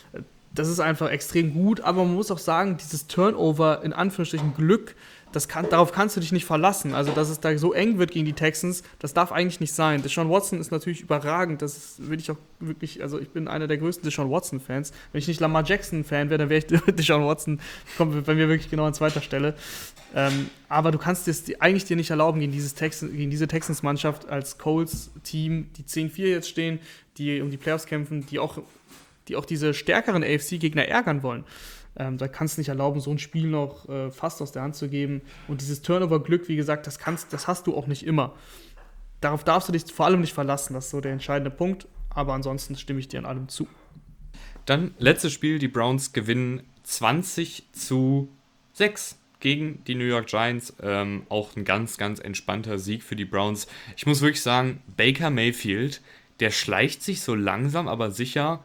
Das ist einfach extrem gut, aber man muss auch sagen, dieses Turnover, in Anführungsstrichen Glück, das kann, darauf kannst du dich nicht verlassen. Also, dass es da so eng wird gegen die Texans, das darf eigentlich nicht sein. Deshaun Watson ist natürlich überragend, das ist, will ich auch wirklich, also ich bin einer der größten Deshaun Watson-Fans. Wenn ich nicht Lamar Jackson-Fan wäre, dann wäre ich Deshaun Watson, kommt bei mir wirklich genau an zweiter Stelle. Ähm, aber du kannst es eigentlich dir nicht erlauben, gegen, dieses Texans, gegen diese Texans-Mannschaft als Colts-Team, die zehn vier jetzt stehen, die um die Playoffs kämpfen, die auch die auch diese stärkeren A F C-Gegner ärgern wollen. Ähm, da kannst du nicht erlauben, so ein Spiel noch äh, fast aus der Hand zu geben. Und dieses Turnover-Glück, wie gesagt, das, kannst, das hast du auch nicht immer. Darauf darfst du dich vor allem nicht verlassen, das ist so der entscheidende Punkt. Aber ansonsten stimme ich dir an allem zu. Dann letztes Spiel, die Browns gewinnen zwanzig zu sechs gegen die New York Giants. Ähm, auch ein ganz, ganz entspannter Sieg für die Browns. Ich muss wirklich sagen, Baker Mayfield, der schleicht sich so langsam, aber sicher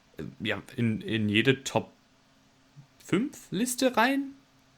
ja, in, in jede Top fünf Liste rein.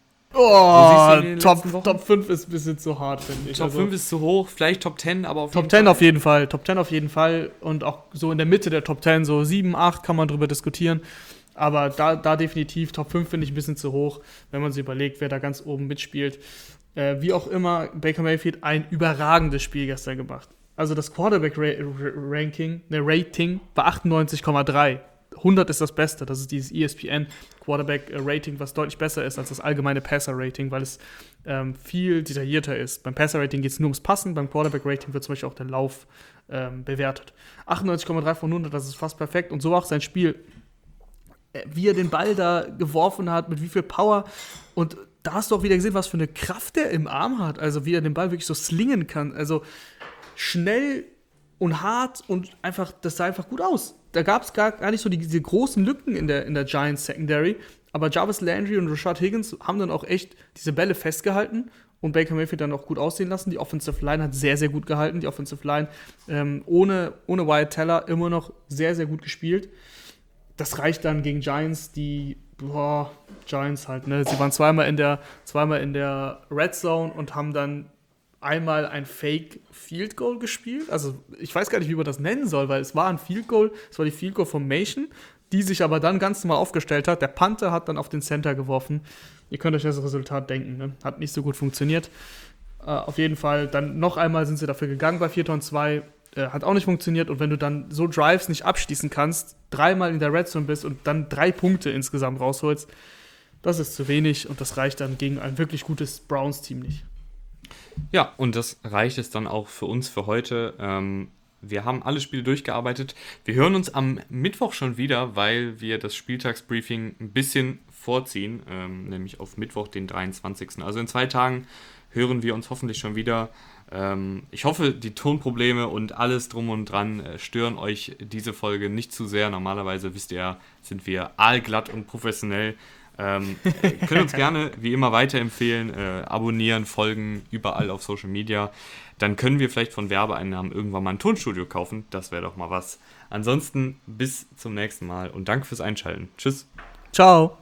Oh, Top, Top fünf ist ein bisschen zu hart, finde ich. Top also, fünf ist zu hoch, vielleicht Top zehn, aber auf Top jeden zehn Fall. auf jeden Fall. Top zehn auf jeden Fall. Und auch so in der Mitte der Top zehn, so sieben, acht kann man drüber diskutieren. Aber da, da definitiv Top fünf finde ich ein bisschen zu hoch, wenn man sich überlegt, wer da ganz oben mitspielt. Äh, wie auch immer, Baker Mayfield ein überragendes Spiel gestern gemacht. Also das Quarterback-Ranking, ne, Rating war achtundneunzig Komma drei. hundert ist das Beste, das ist dieses E S P N Quarterback-Rating, was deutlich besser ist als das allgemeine Passer-Rating, weil es ähm, viel detaillierter ist. Beim Passer-Rating geht es nur ums Passen, beim Quarterback-Rating wird zum Beispiel auch der Lauf ähm, bewertet. achtundneunzig Komma drei von hundert, das ist fast perfekt und so auch sein Spiel. Wie er den Ball da geworfen hat, mit wie viel Power und da hast du auch wieder gesehen, was für eine Kraft er im Arm hat, also wie er den Ball wirklich so slingen kann, also schnell und hart und einfach, das sah einfach gut aus. Da gab es gar, gar nicht so die, diese großen Lücken in der, in der Giants Secondary, aber Jarvis Landry und Rashad Higgins haben dann auch echt diese Bälle festgehalten und Baker Mayfield dann auch gut aussehen lassen. Die Offensive Line hat sehr, sehr gut gehalten. Die Offensive Line ähm, ohne, ohne Wyatt Teller immer noch sehr, sehr gut gespielt. Das reicht dann gegen Giants, die, boah, Giants halt, ne? Sie waren zweimal in der, zweimal in der Red Zone und haben dann einmal ein Fake Field Goal gespielt. Also ich weiß gar nicht, wie man das nennen soll, weil es war ein Field Goal, es war die Field Goal Formation, die sich aber dann ganz normal aufgestellt hat. Der Panther hat dann auf den Center geworfen. Ihr könnt euch das Resultat denken, ne? Hat nicht so gut funktioniert. Äh, auf jeden Fall, dann noch einmal sind sie dafür gegangen bei vier und zwei. Äh, hat auch nicht funktioniert. Und wenn du dann so Drives nicht abschließen kannst, dreimal in der Red Zone bist und dann drei Punkte insgesamt rausholst, das ist zu wenig und das reicht dann gegen ein wirklich gutes Browns-Team nicht. Ja, und das reicht es dann auch für uns für heute. Ähm, wir haben alle Spiele durchgearbeitet. Wir hören uns am Mittwoch schon wieder, weil wir das Spieltagsbriefing ein bisschen vorziehen, ähm, nämlich auf Mittwoch, den dreiundzwanzigsten Also in zwei Tagen hören wir uns hoffentlich schon wieder. Ähm, ich hoffe, die Tonprobleme und alles drum und dran äh, stören euch diese Folge nicht zu sehr. Normalerweise, wisst ihr, sind wir aalglatt und professionell. Ähm, könnt uns gerne wie immer weiterempfehlen, äh, abonnieren, folgen, überall auf Social Media. Dann können wir vielleicht von Werbeeinnahmen irgendwann mal ein Tonstudio kaufen. Das wäre doch mal was. Ansonsten bis zum nächsten Mal und danke fürs Einschalten. Tschüss. Ciao.